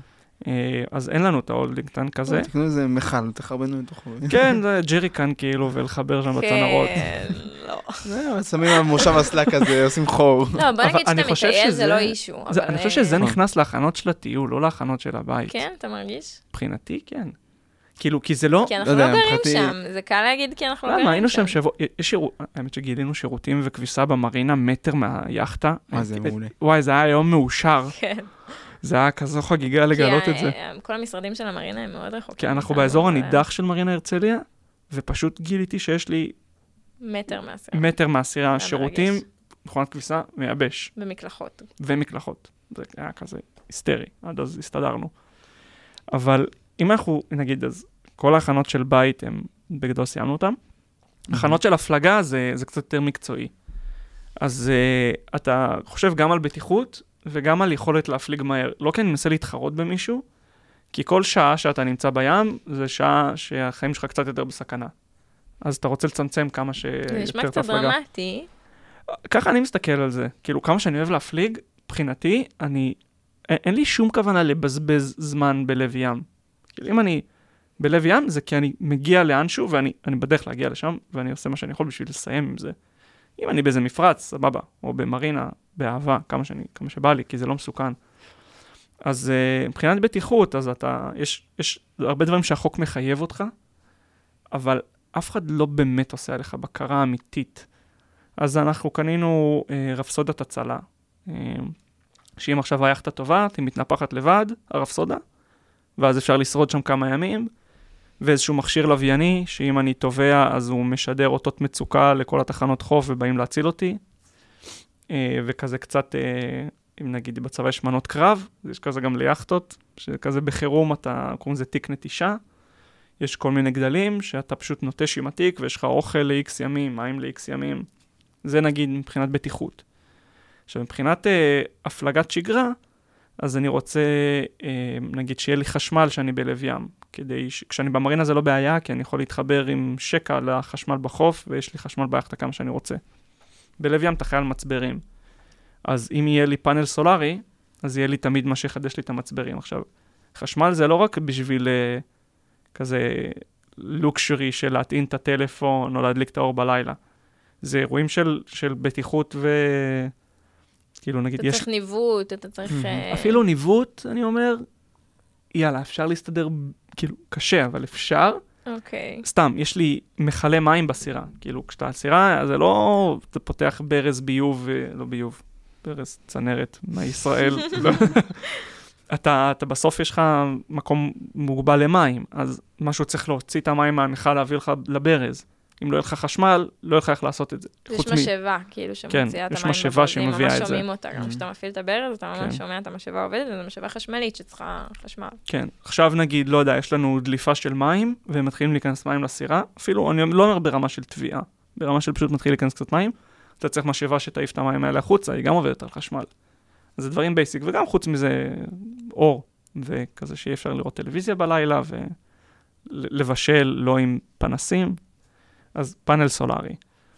אז אין לנו את ההולדינג טנק כזה. תקנו איזה מחל, תחרבנו לתוכו. כן, זה ג'ריקן כאילו, ולחבר שם בצנרות. כן, לא. זהו, שמים על מושב הסלק הזה, עושים חור. לא, בוא נגיד שאתה מטייל, זה לא אישו. אני חושב שזה נכנס להכנות של הטיול, לא להכנות של הבית. כן, אתה מרגיש? מבחינתי, כן. כאילו, כי זה לא... כי אנחנו לא גרים שם, זה קל להגיד כי אנחנו לא גרים שם. למה, היינו שם שבוע, האמת שגילינו שירותים וכביסה במרינה מטר מהיאכטה. מה זה מעולה. וואי, זה היה יום מאושר. כן. זה היה כזו חגיגה לגלות את זה. כי כל המשרדים של המרינה הם מאוד רחוקים. כי אנחנו באזור הנידח של מרינה הרצליה, ופשוט גיליתי שיש לי... מטר מהסירה. מטר מהסירה, שירותים, מכונת כביסה, מייבש. ומקלחות. ומקלחות. זה היה כזה היסטרי, עד אז הסתדרנו. אבל אם אנחנו, נגיד, אז כל ההכנות של בית, הם בגדול סיימנו אותם. הכנות של הפלגה זה, זה קצת יותר מקצועי. אז uh, אתה חושב גם על בטיחות, וגם על יכולת להפליג מהר. לא כי אני מנסה להתחרות במישהו, כי כל שעה שאתה נמצא בים, זה שעה שהחיים שלך קצת יותר בסכנה. אז אתה רוצה לצמצם כמה שיותר את ההפלגה. זה נשמע קצת דרמטי. ככה אני מסתכל על זה. כאילו, כמה שאני אוהב להפליג, מבחינתי, אני... אין לי שום כוונה לבזבז זמן בלב ים. כאילו, אם אני בלב ים, זה כי אני מגיע לאנשהו, ואני אני בדרך להגיע לשם, ואני עושה מה שאני יכול בשביל לסיים עם זה. אם אני באיזה מפרץ, סבבה, או במרינה, באהבה, כמה שאני, כמה שבא לי, כי זה לא מסוכן. אז uh, מבחינת בטיחות, אז אתה, יש, יש הרבה דברים שהחוק מחייב אותך, אבל אף אחד לא באמת עושה עליך בקרה אמיתית. אז אנחנו קנינו uh, רפסודת הצלה, uh, שאם עכשיו היחדה טובה, היא מתנפחת לבד, הרפסודה, ואז אפשר לשרוד שם כמה ימים, ואיזשהו מכשיר לווייני, שאם אני טובע, אז הוא משדר אותות מצוקה לכל התחנות חוף, ובאים להציל אותי. וכזה קצת, אם נגיד בצבא יש מנות קרב, יש כזה גם ליחדות, שכזה בחירום אתה, קוראים לזה תיק נטישה. יש כל מיני גדלים, שאתה פשוט נוטש עם התיק, ויש לך אוכל ל-X ימים, מים ל-X ימים. זה נגיד מבחינת בטיחות. עכשיו, מבחינת הפלגת שגרה, אז אני רוצה, נגיד, שיהיה לי חשמל שאני בלב ים, כדי ש... כשאני במרינה זה לא בעיה, כי אני יכול להתחבר עם שקע לחשמל בחוף, ויש לי חשמל ביחדה כמה שאני רוצה. בלב ים אתה חייל מצברים. אז אם יהיה לי פאנל סולרי, אז יהיה לי תמיד מה שיחדש לי את המצברים. עכשיו, חשמל זה לא רק בשביל uh, כזה לוקשורי של להטעין את הטלפון, או להדליק את האור בלילה. זה אירועים של, של בטיחות ו... כאילו נגיד אתה יש... צריך ניווט, אתה צריך... אפילו ניווט, אני אומר, יאללה, אפשר להסתדר, כאילו, קשה, אבל אפשר. אוקיי. סתם, יש לי מחלה מים בסירה. כאילו, כשאתה על סירה, זה לא... אתה פותח ברז ביוב, לא ביוב, ברז צנרת מישראל. אתה, אתה בסוף יש לך מקום מוגבל למים, אז משהו צריך להוציא את המים מהמכל, להביא לך לברז. אם לא יהיה לך חשמל, לא יהיה לך לעשות את זה. יש משאבה, כאילו, שמוציאה את המים בברזים, ממש שומעים אותה. גם כשאתה מפעיל את הברז, אתה ממש שומע את המשאבה עובדת, וזו משאבה חשמלית שצריכה חשמל. כן. עכשיו נגיד, לא יודע, יש לנו דליפה של מים, והם מתחילים להיכנס מים לסירה. אפילו, אני לא אומר ברמה של תביעה, ברמה של פשוט מתחיל להיכנס קצת מים. אתה צריך משאבה שתעיף את המים האלה החוצה, היא גם עובדת על חשמל. אז זה דברים בייסיק, וגם חוץ מזה אור, וכזה שיהיה אפשר לראות טלוויזיה בלילה, ולבשל לא עם פנסים. אז פאנל סולרי.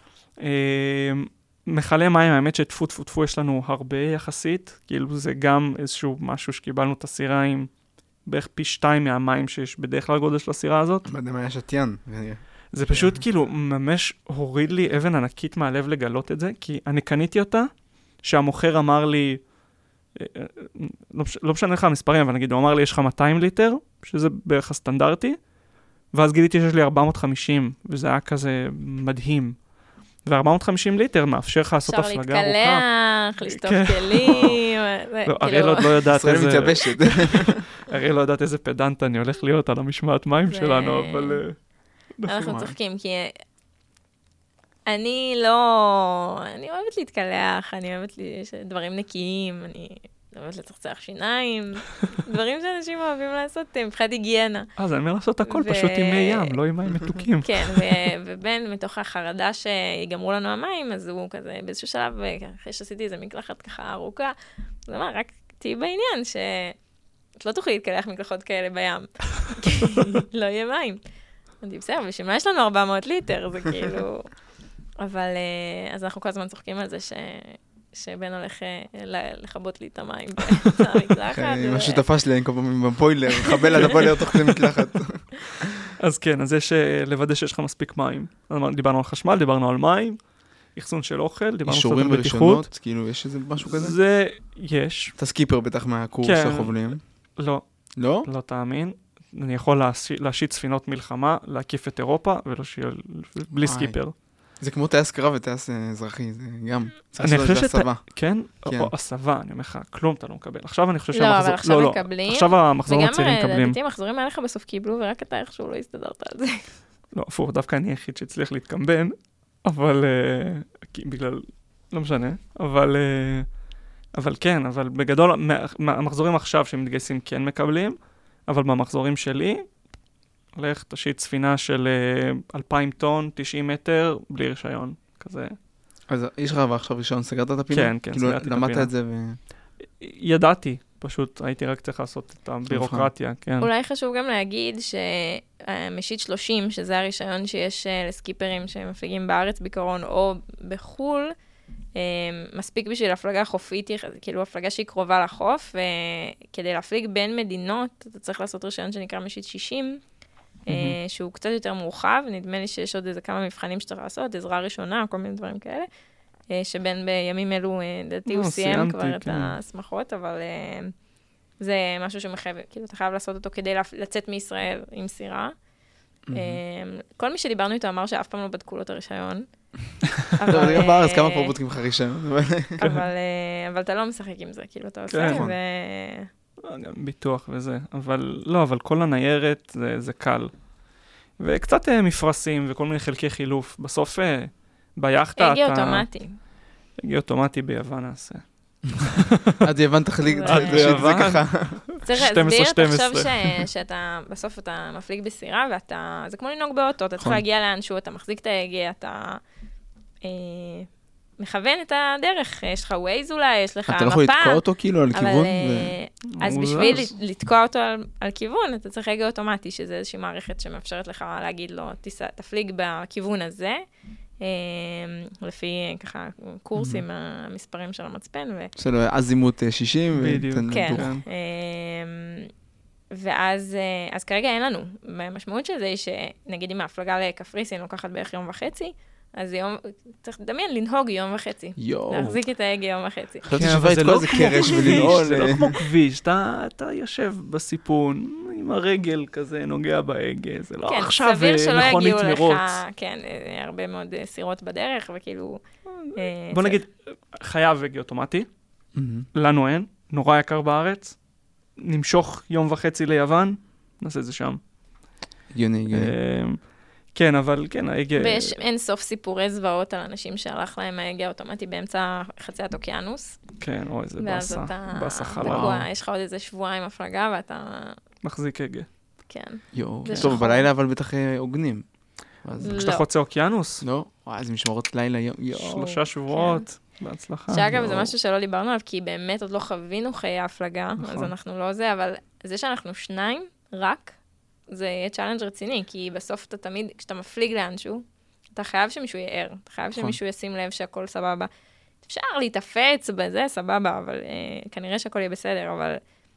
מחלה מים, האמת שטפו טפו טפו יש לנו הרבה יחסית, כאילו זה גם איזשהו משהו שקיבלנו את הסירה עם בערך פי שתיים מהמים שיש בדרך כלל גודל של הסירה הזאת. מה היה שתיין. זה פשוט כאילו ממש הוריד לי אבן ענקית מהלב לגלות את זה, כי אני קניתי אותה, שהמוכר אמר לי, לא משנה לך המספרים, אבל נגיד, הוא אמר לי, יש לך מאתיים ליטר, שזה בערך הסטנדרטי, ואז גיליתי שיש לי ארבע מאות וחמישים, וזה היה כזה מדהים. ו-ארבע מאות וחמישים ליטר מאפשר לך לעשות הפלגה ארוכה. אפשר להתקלח, לשטוף כלים. אריאל עוד לא יודעת איזה... ישראל מתייבשת. אריאל לא יודעת איזה פדנט אני הולך להיות על המשמעת מים שלנו, אבל... אנחנו צוחקים, כי אני לא... אני אוהבת להתקלח, אני אוהבת דברים נקיים, אני אוהבת לצחצח שיניים, דברים שאנשים אוהבים לעשות מבחינת היגיינה. אז אני אומר לעשות הכל פשוט עם מי ים, לא עם מים מתוקים. כן, ובין מתוך החרדה שיגמרו לנו המים, אז הוא כזה באיזשהו שלב, אחרי שעשיתי איזה מקלחת ככה ארוכה, אז אמר, רק תהי בעניין שאת לא תוכלי להתקלח מקלחות כאלה בים, כי לא יהיה מים. אני בסדר, בשביל מה יש לנו ארבע מאות ליטר, זה כאילו... אבל, אז אנחנו כל הזמן צוחקים על זה ש... שבן הולך לחבות לי את המים במקלחת. משהו תפש לי, אני כל פעם בפוילר, חבל על הפוילר תוך כדי מקלחת. אז כן, אז יש לוודא שיש לך מספיק מים. דיברנו על חשמל, דיברנו על מים, אחסון של אוכל, דיברנו קצת על בטיחות. אישורים ורישיונות, כאילו, יש איזה משהו כזה? זה, יש. אתה סקיפר בטח מהקורס החובלים. לא. לא? לא תאמין. אני יכול להשיט ספינות מלחמה, להקיף את אירופה, בלי סקיפר. זה כמו טייס קרב וטייס אזרחי, זה גם... אני חושב שאתה... כן? או הסבה, אני אומר לך, כלום אתה לא מקבל. עכשיו אני חושב שהמחזור... לא, אבל עכשיו מקבלים. עכשיו המחזורים הצעירים מקבלים. וגם לדעתי המחזורים האלה לך בסוף קיבלו, ורק אתה איכשהו לא הסתדרת על זה. לא, הפוך, דווקא אני היחיד שהצליח להתקמבן, אבל... בגלל... לא משנה, אבל... אבל כן, אבל בגדול, המחזורים עכשיו שמתגייסים כן מקבלים, אבל במחזורים שלי, לך תשיט ספינה של אלפיים טון, תשעים מטר, בלי רישיון, כזה. אז יש לך עכשיו רישיון, סגרת את הפינה? כן, כן, כאילו, סגרתי את הפינה. למדת את זה ו... ידעתי, פשוט הייתי רק צריך לעשות את הבירוקרטיה, כן. אולי חשוב גם להגיד שמשיט שלושים, שזה הרישיון שיש לסקיפרים שמפליגים בארץ בקרון או בחול, מספיק בשביל הפלגה חופית, כאילו הפלגה שהיא קרובה לחוף, וכדי להפליג בין מדינות, אתה צריך לעשות רישיון שנקרא משיט שישים, שהוא קצת יותר מורחב, נדמה לי שיש עוד איזה כמה מבחנים שצריך לעשות, עזרה ראשונה, כל מיני דברים כאלה, שבין בימים אלו, דעתי הוא סיים כבר את הסמכות, אבל זה משהו שמחייב, כאילו אתה חייב לעשות אותו כדי לצאת מישראל עם סירה. כל מי שדיברנו איתו אמר שאף פעם לא בדקו לו את הרישיון. טוב, גם בארץ כמה פה בודקים לך רישיון. אבל אתה לא משחק עם זה, כאילו אתה עושה, ו... גם ביטוח וזה, אבל לא, אבל כל הניירת זה, זה קל. וקצת מפרסים וכל מיני חלקי חילוף. בסוף ביחטה אתה... הגי אוטומטי. הגי אוטומטי ביוון נעשה. עד יוון תחליג, זה ככה. צריך להסביר, תחשוב שאתה, בסוף אתה מפליג בסירה, ואתה, זה כמו לנהוג באוטו, אתה צריך להגיע לאנשהו, אתה מחזיק את ההגה, אתה מכוון את הדרך, יש לך ווייז אולי, יש לך מפה. אתה לא יכול לתקוע אותו כאילו על כיוון? אז בשביל לתקוע אותו על כיוון, אתה צריך הגה אוטומטי, שזה איזושהי מערכת שמאפשרת לך להגיד לו, תפליג בכיוון הזה, לפי ככה קורסים, המספרים של המצפן. שלו, אזימות שישים. בדיוק. כן. ואז כרגע אין לנו. המשמעות של זה היא שנגיד אם ההפלגה לקפריסין לוקחת בערך יום וחצי, אז יום, צריך לדמיין, לנהוג יום וחצי. יואו. להחזיק את ההגה יום וחצי. חשבתי שווה את כל זה קרש ולנעול. זה לא כמו כביש, אתה יושב בסיפון, עם הרגל כזה נוגע בהגה, זה לא עכשיו מכונית מרוץ. כן, סביר שלא יגיעו לך, כן, הרבה מאוד סירות בדרך, וכאילו... בוא נגיד, חייב הגה אוטומטי, לנו אין, נורא יקר בארץ, נמשוך יום וחצי ליוון, נעשה את זה שם. הגיוני, הגיוני. כן, אבל כן, ההגה... ויש אין סוף סיפורי זוועות על אנשים שהלך להם ההגה האוטומטי באמצע חציית אוקיינוס. כן, אוי, זה באסה, באסה חלל. יש לך עוד איזה שבועיים הפלגה ואתה... מחזיק הגה. כן. יואו, טוב, בלילה אבל בטח עוגנים. כשאתה חוצה אוקיינוס? לא, וואי, זה משמרות לילה, יואו. שלושה שבועות, בהצלחה. שאגב, זה משהו שלא דיברנו עליו, כי באמת עוד לא חווינו חיי הפלגה, אז אנחנו לא זה, אבל זה שאנחנו שניים, רק, זה יהיה צ'אלנג' רציני, כי בסוף אתה תמיד, כשאתה מפליג לאנשהו, אתה חייב שמישהו יער, אתה חייב שמישהו ישים לב שהכל סבבה. אפשר להתאפץ בזה, סבבה, אבל כנראה שהכל יהיה בסדר, אבל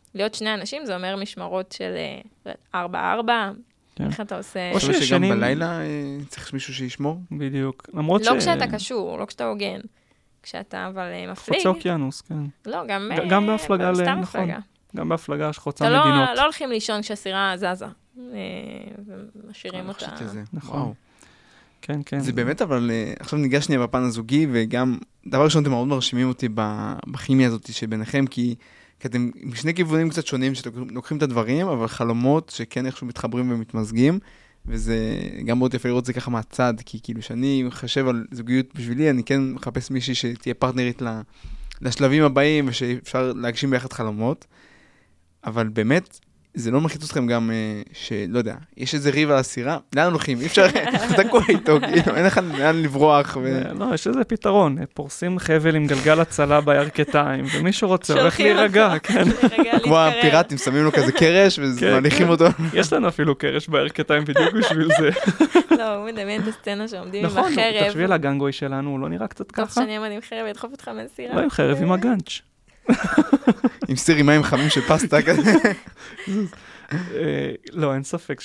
להיות שני אנשים, זה אומר משמרות של ארבע ארבע, איך אתה עושה... או שגם בלילה צריך מישהו שישמור? בדיוק. למרות ש... לא כשאתה קשור, לא כשאתה הוגן. כשאתה אבל מפליג... חוצה אוקיינוס, כן. לא, גם... גם בהפלגה, נכון. גם בהפלגה שחוצה מדינות. לא הולכים לישון כשהסירה זזה, ומשאירים אותה. נכון. כן, כן. זה באמת, אבל עכשיו ניגש שנייה בפן הזוגי, וגם דבר ראשון, אתם מאוד מרשימים אותי בכימיה הזאת שביניכם, כי אתם משני כיוונים קצת שונים, שאתם לוקחים את הדברים, אבל חלומות שכן איכשהו מתחברים ומתמזגים, וזה גם מאוד יפה לראות את זה ככה מהצד, כי כאילו שאני חושב על זוגיות בשבילי, אני כן מחפש מישהי שתהיה פרטנרית לשלבים הבאים, ושאפשר להגשים ביחד חלומות, אבל באמת, זה לא מלחיץ אתכם גם, שלא יודע, יש איזה ריב על הסירה, לאן הולכים? אי אפשר, תקוע איתו, כאילו, אין לך לאן לברוח. לא, יש איזה פתרון, פורסים חבל עם גלגל הצלה בירכתיים, ומישהו רוצה, הולך להירגע, כן. כמו הפיראטים, שמים לו כזה קרש, ומניחים אותו. יש לנו אפילו קרש בירכתיים בדיוק בשביל זה. לא, הוא מדמיין את הסצנה שעומדים עם החרב. נכון, תחשבי על הגנגוי שלנו, הוא לא נראה קצת ככה? טוב שאני עמד עם חרב, ידחוף אותך מהסירה. לא עם חרב, עם הגנץ'. עם סיר עם מים חמים של פסטה כזה. לא, אין ספק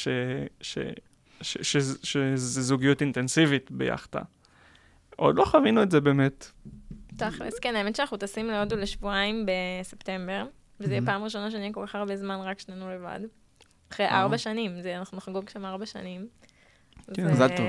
שזה זוגיות אינטנסיבית ביחדה. עוד לא חווינו את זה באמת. תכלס, כן, האמת שאנחנו טסים להודו לשבועיים בספטמבר, וזה יהיה פעם ראשונה שאני כל כך הרבה זמן רק שנינו לבד. אחרי ארבע שנים, אנחנו נחגוג שם ארבע שנים. כן, מזל טוב.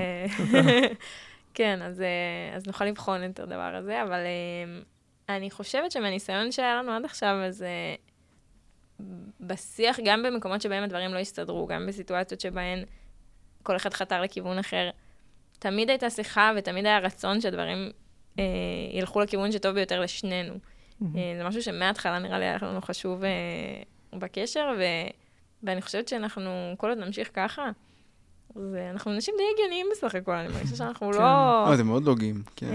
כן, אז נוכל לבחון את הדבר הזה, אבל... אני חושבת שמהניסיון שהיה לנו עד עכשיו, אז uh, בשיח, גם במקומות שבהם הדברים לא הסתדרו, גם בסיטואציות שבהן כל אחד חתר לכיוון אחר, תמיד הייתה שיחה ותמיד היה רצון שהדברים uh, ילכו לכיוון שטוב ביותר לשנינו. Mm-hmm. Uh, זה משהו שמההתחלה נראה לי היה לנו חשוב uh, בקשר, ו... ואני חושבת שאנחנו כל עוד נמשיך ככה, אז אנחנו אנשים די הגיוניים בסך הכל, אני מרגישה שאנחנו לא... לא, זה מאוד לוגיים, כן.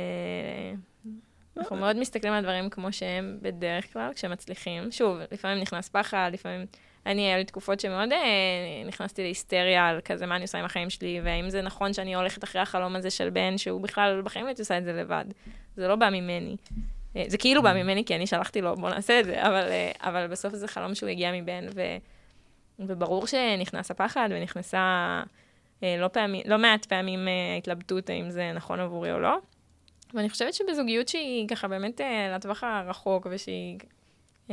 אנחנו מאוד מסתכלים על דברים כמו שהם בדרך כלל, כשהם מצליחים. שוב, לפעמים נכנס פחד, לפעמים... אני, היה לי תקופות שמאוד אה, נכנסתי להיסטריה על כזה מה אני עושה עם החיים שלי, והאם זה נכון שאני הולכת אחרי החלום הזה של בן, שהוא בכלל בחיים לא עושה את זה לבד. זה לא בא ממני. אה, זה כאילו בא ממני, כי אני שלחתי לו, בוא נעשה את זה, אבל, אה, אבל בסוף זה חלום שהוא הגיע מבן, ו, וברור שנכנס הפחד, ונכנסה אה, לא, פעמים, לא מעט פעמים אה, התלבטות, האם זה נכון עבורי או לא. ואני חושבת שבזוגיות שהיא ככה באמת אה, לטווח הרחוק, ושהיא אה,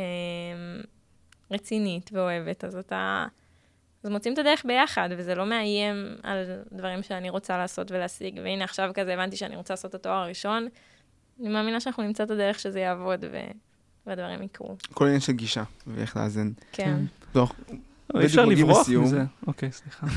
רצינית ואוהבת, אז אתה... אז מוצאים את הדרך ביחד, וזה לא מאיים על דברים שאני רוצה לעשות ולהשיג. והנה עכשיו כזה הבנתי שאני רוצה לעשות את התואר הראשון, אני מאמינה שאנחנו נמצא את הדרך שזה יעבוד, ו... והדברים יקרו. כל עניין של גישה, ואיך לאזן. כן. טוב. אפשר לברוח מזה. אוקיי, סליחה.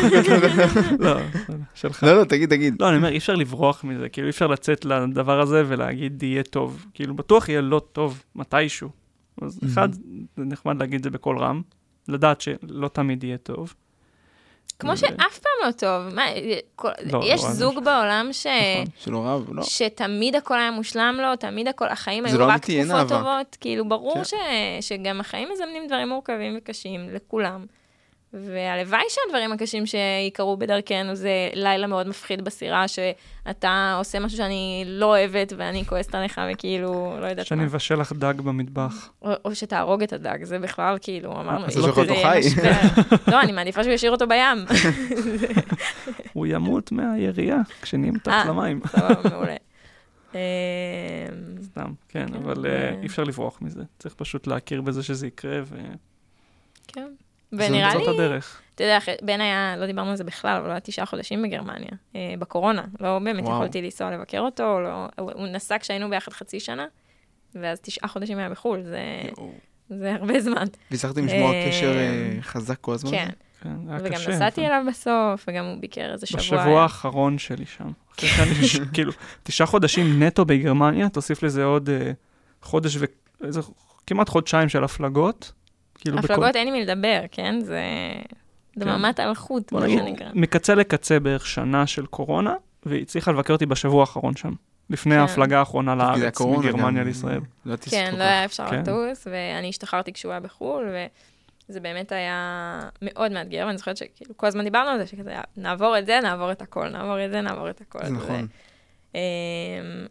לא, שלך. לא, לא, תגיד, תגיד. לא, אני אומר, אי אפשר לברוח מזה, כאילו אי אפשר לצאת לדבר הזה ולהגיד, יהיה טוב. כאילו, בטוח יהיה לא טוב, מתישהו. אז אחד, זה נחמד להגיד זה בכל רם, לדעת שלא תמיד יהיה טוב. כמו שאף פעם לא טוב. יש זוג בעולם ש... שלא רב, לא. שתמיד הכל היה מושלם לו, תמיד הכל, החיים היו רק תקופות טובות. כאילו, ברור שגם החיים מזמנים דברים מורכבים וקשים לכולם. והלוואי שהדברים הקשים שיקרו בדרכנו זה לילה מאוד מפחיד בסירה, שאתה עושה משהו שאני לא אוהבת ואני כועסת עליך וכאילו, לא יודעת מה. שאני מבשל לך דג במטבח. או, או שתהרוג את הדג, זה בכלל כאילו, אמרנו, זה יכול להיות חי. לא, אני מעדיפה שהוא ישאיר אותו בים. הוא ימות מהירייה כשנהיים מתחת למים. סבבה, מעולה. סתם, כן, אבל אי אפשר לברוח מזה. צריך פשוט להכיר בזה שזה יקרה ו... כן. ונראה לי, הדרך. אתה יודע, בן היה, לא דיברנו על זה בכלל, אבל הוא היה תשעה חודשים בגרמניה, אה, בקורונה. לא באמת וואו. יכולתי לנסוע לבקר אותו, לא, הוא נסע כשהיינו ביחד חצי שנה, ואז תשעה חודשים היה בחול, זה, זה הרבה זמן. והצלחתם לשמוע קשר חזק כל הזמן? כן. כן, וגם נסעתי אליו בסוף, וגם הוא ביקר איזה שבוע. בשבוע האחרון שלי שם. אחרי שאני, כאילו, תשעה חודשים נטו בגרמניה, תוסיף לזה עוד חודש ואיזה, כמעט חודשיים של הפלגות. הפלגות אין לי מי לדבר, כן? זה דממת הלכות, מה שנקרא. מקצה לקצה בערך שנה של קורונה, והיא הצליחה לבקר אותי בשבוע האחרון שם, לפני ההפלגה האחרונה לארץ, מגרמניה לישראל. כן, לא היה אפשר לטוס, ואני השתחררתי כשהוא היה בחול, וזה באמת היה מאוד מאתגר, ואני זוכרת שכאילו כל הזמן דיברנו על זה, שכזה, נעבור את זה, נעבור את הכל, נעבור את זה, נעבור את הכל. זה נכון.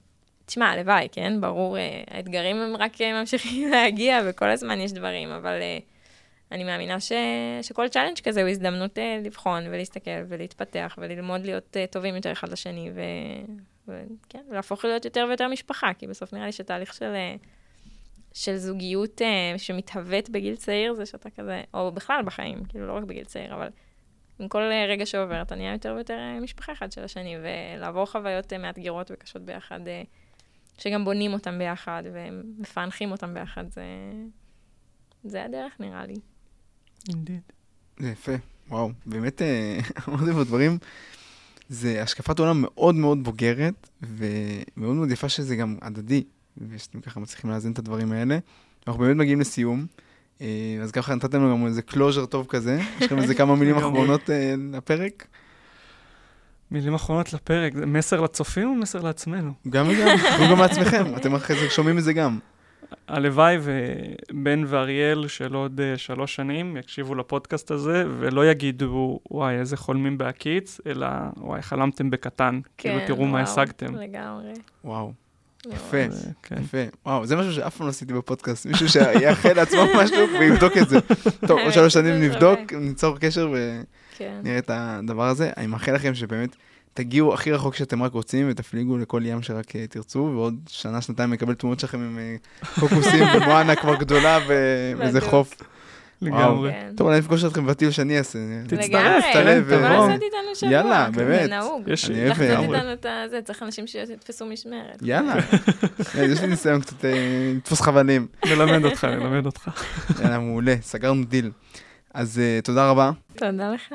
תשמע, הלוואי, כן? ברור, האתגרים הם רק ממשיכים להגיע, וכל הזמן יש דברים, אבל אני מאמינה ש... שכל צ'אלנג' כזה הוא הזדמנות לבחון ולהסתכל ולהתפתח וללמוד להיות טובים יותר אחד לשני, ו... וכן, ולהפוך להיות יותר ויותר משפחה, כי בסוף נראה לי שתהליך של, של זוגיות שמתהוות בגיל צעיר, זה שאתה כזה, או בכלל בחיים, כאילו לא רק בגיל צעיר, אבל עם כל רגע שעובר, אתה נהיה יותר ויותר משפחה אחד של השני, ולעבור חוויות מאתגרות וקשות ביחד, שגם בונים אותם ביחד, ומפענחים אותם ביחד, זה, זה הדרך נראה לי. Indeed. זה יפה, וואו, באמת, אמרתי פה דברים, זה השקפת עולם מאוד מאוד בוגרת, ומאוד מאוד יפה שזה גם הדדי, ושאתם ככה מצליחים לאזן את הדברים האלה. אנחנו באמת מגיעים לסיום, אז ככה נתתם לנו גם איזה קלוז'ר טוב כזה, יש לכם איזה כמה מילים אחרונות לפרק? מילים אחרונות לפרק, זה מסר לצופים או מסר לעצמנו? גם וגם, גם לעצמכם, אתם אחרי זה שומעים את זה גם. הלוואי ובן ואריאל של עוד שלוש שנים יקשיבו לפודקאסט הזה, ולא יגידו, וואי, איזה חולמים בהקיץ, אלא, וואי, חלמתם בקטן. כן, כאילו, תראו וואו, מה השגתם. לגמרי. וואו, יפה, כן. יפה. וואו, זה משהו שאף פעם לא עשיתי בפודקאסט. מישהו שיאחל לעצמו משהו ויבדוק את זה. טוב, עוד שלוש שנים נבדוק, ניצור קשר ונראה את הדבר הזה. אני מאחל לכם שבאמת תגיעו הכי רחוק שאתם רק רוצים, ותפליגו לכל ים שרק תרצו, ועוד שנה, שנתיים מקבל תמונות שלכם עם קוקוסים במואנה כבר גדולה ואיזה חוף. לגמרי. טוב, אני אפגוש אתכם בטיול שאני אעשה. תצטרף, תבוא לעשות איתנו שבוע. יאללה, באמת. זה נהוג. אני אוהב. לחצות איתנו את זה, צריך אנשים שיתפסו משמרת. יאללה. יש לי ניסיון קצת לתפוס חבלים. נלמד אותך, נלמד אותך. יאללה, מעולה, סגרנו דיל. אז תודה רבה. תודה לך.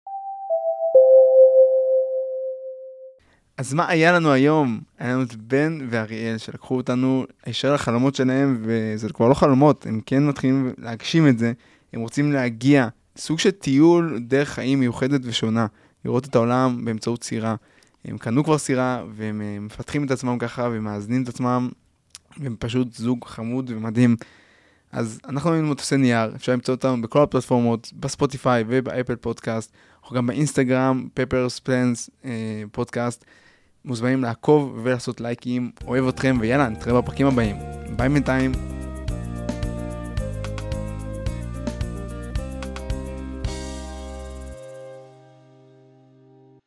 אז מה היה לנו היום? היה לנו את בן ואריאל שלקחו אותנו הישר לחלומות שלהם, וזה כבר לא חלומות, הם כן מתחילים להגשים את זה, הם רוצים להגיע, סוג של טיול דרך חיים מיוחדת ושונה, לראות את העולם באמצעות סירה. הם קנו כבר סירה, והם מפתחים את עצמם ככה, ומאזנים את עצמם, והם פשוט זוג חמוד ומדהים. אז אנחנו היינו מטוסי נייר, אפשר למצוא אותנו בכל הפלטפורמות, בספוטיפיי ובאפל פודקאסט, אנחנו גם באינסטגרם, פפרס פלנס פודקאסט, מוזמנים לעקוב ולעשות לייקים, אוהב אתכם, ויאללה, נתראה בפרקים הבאים. ביי בינתיים.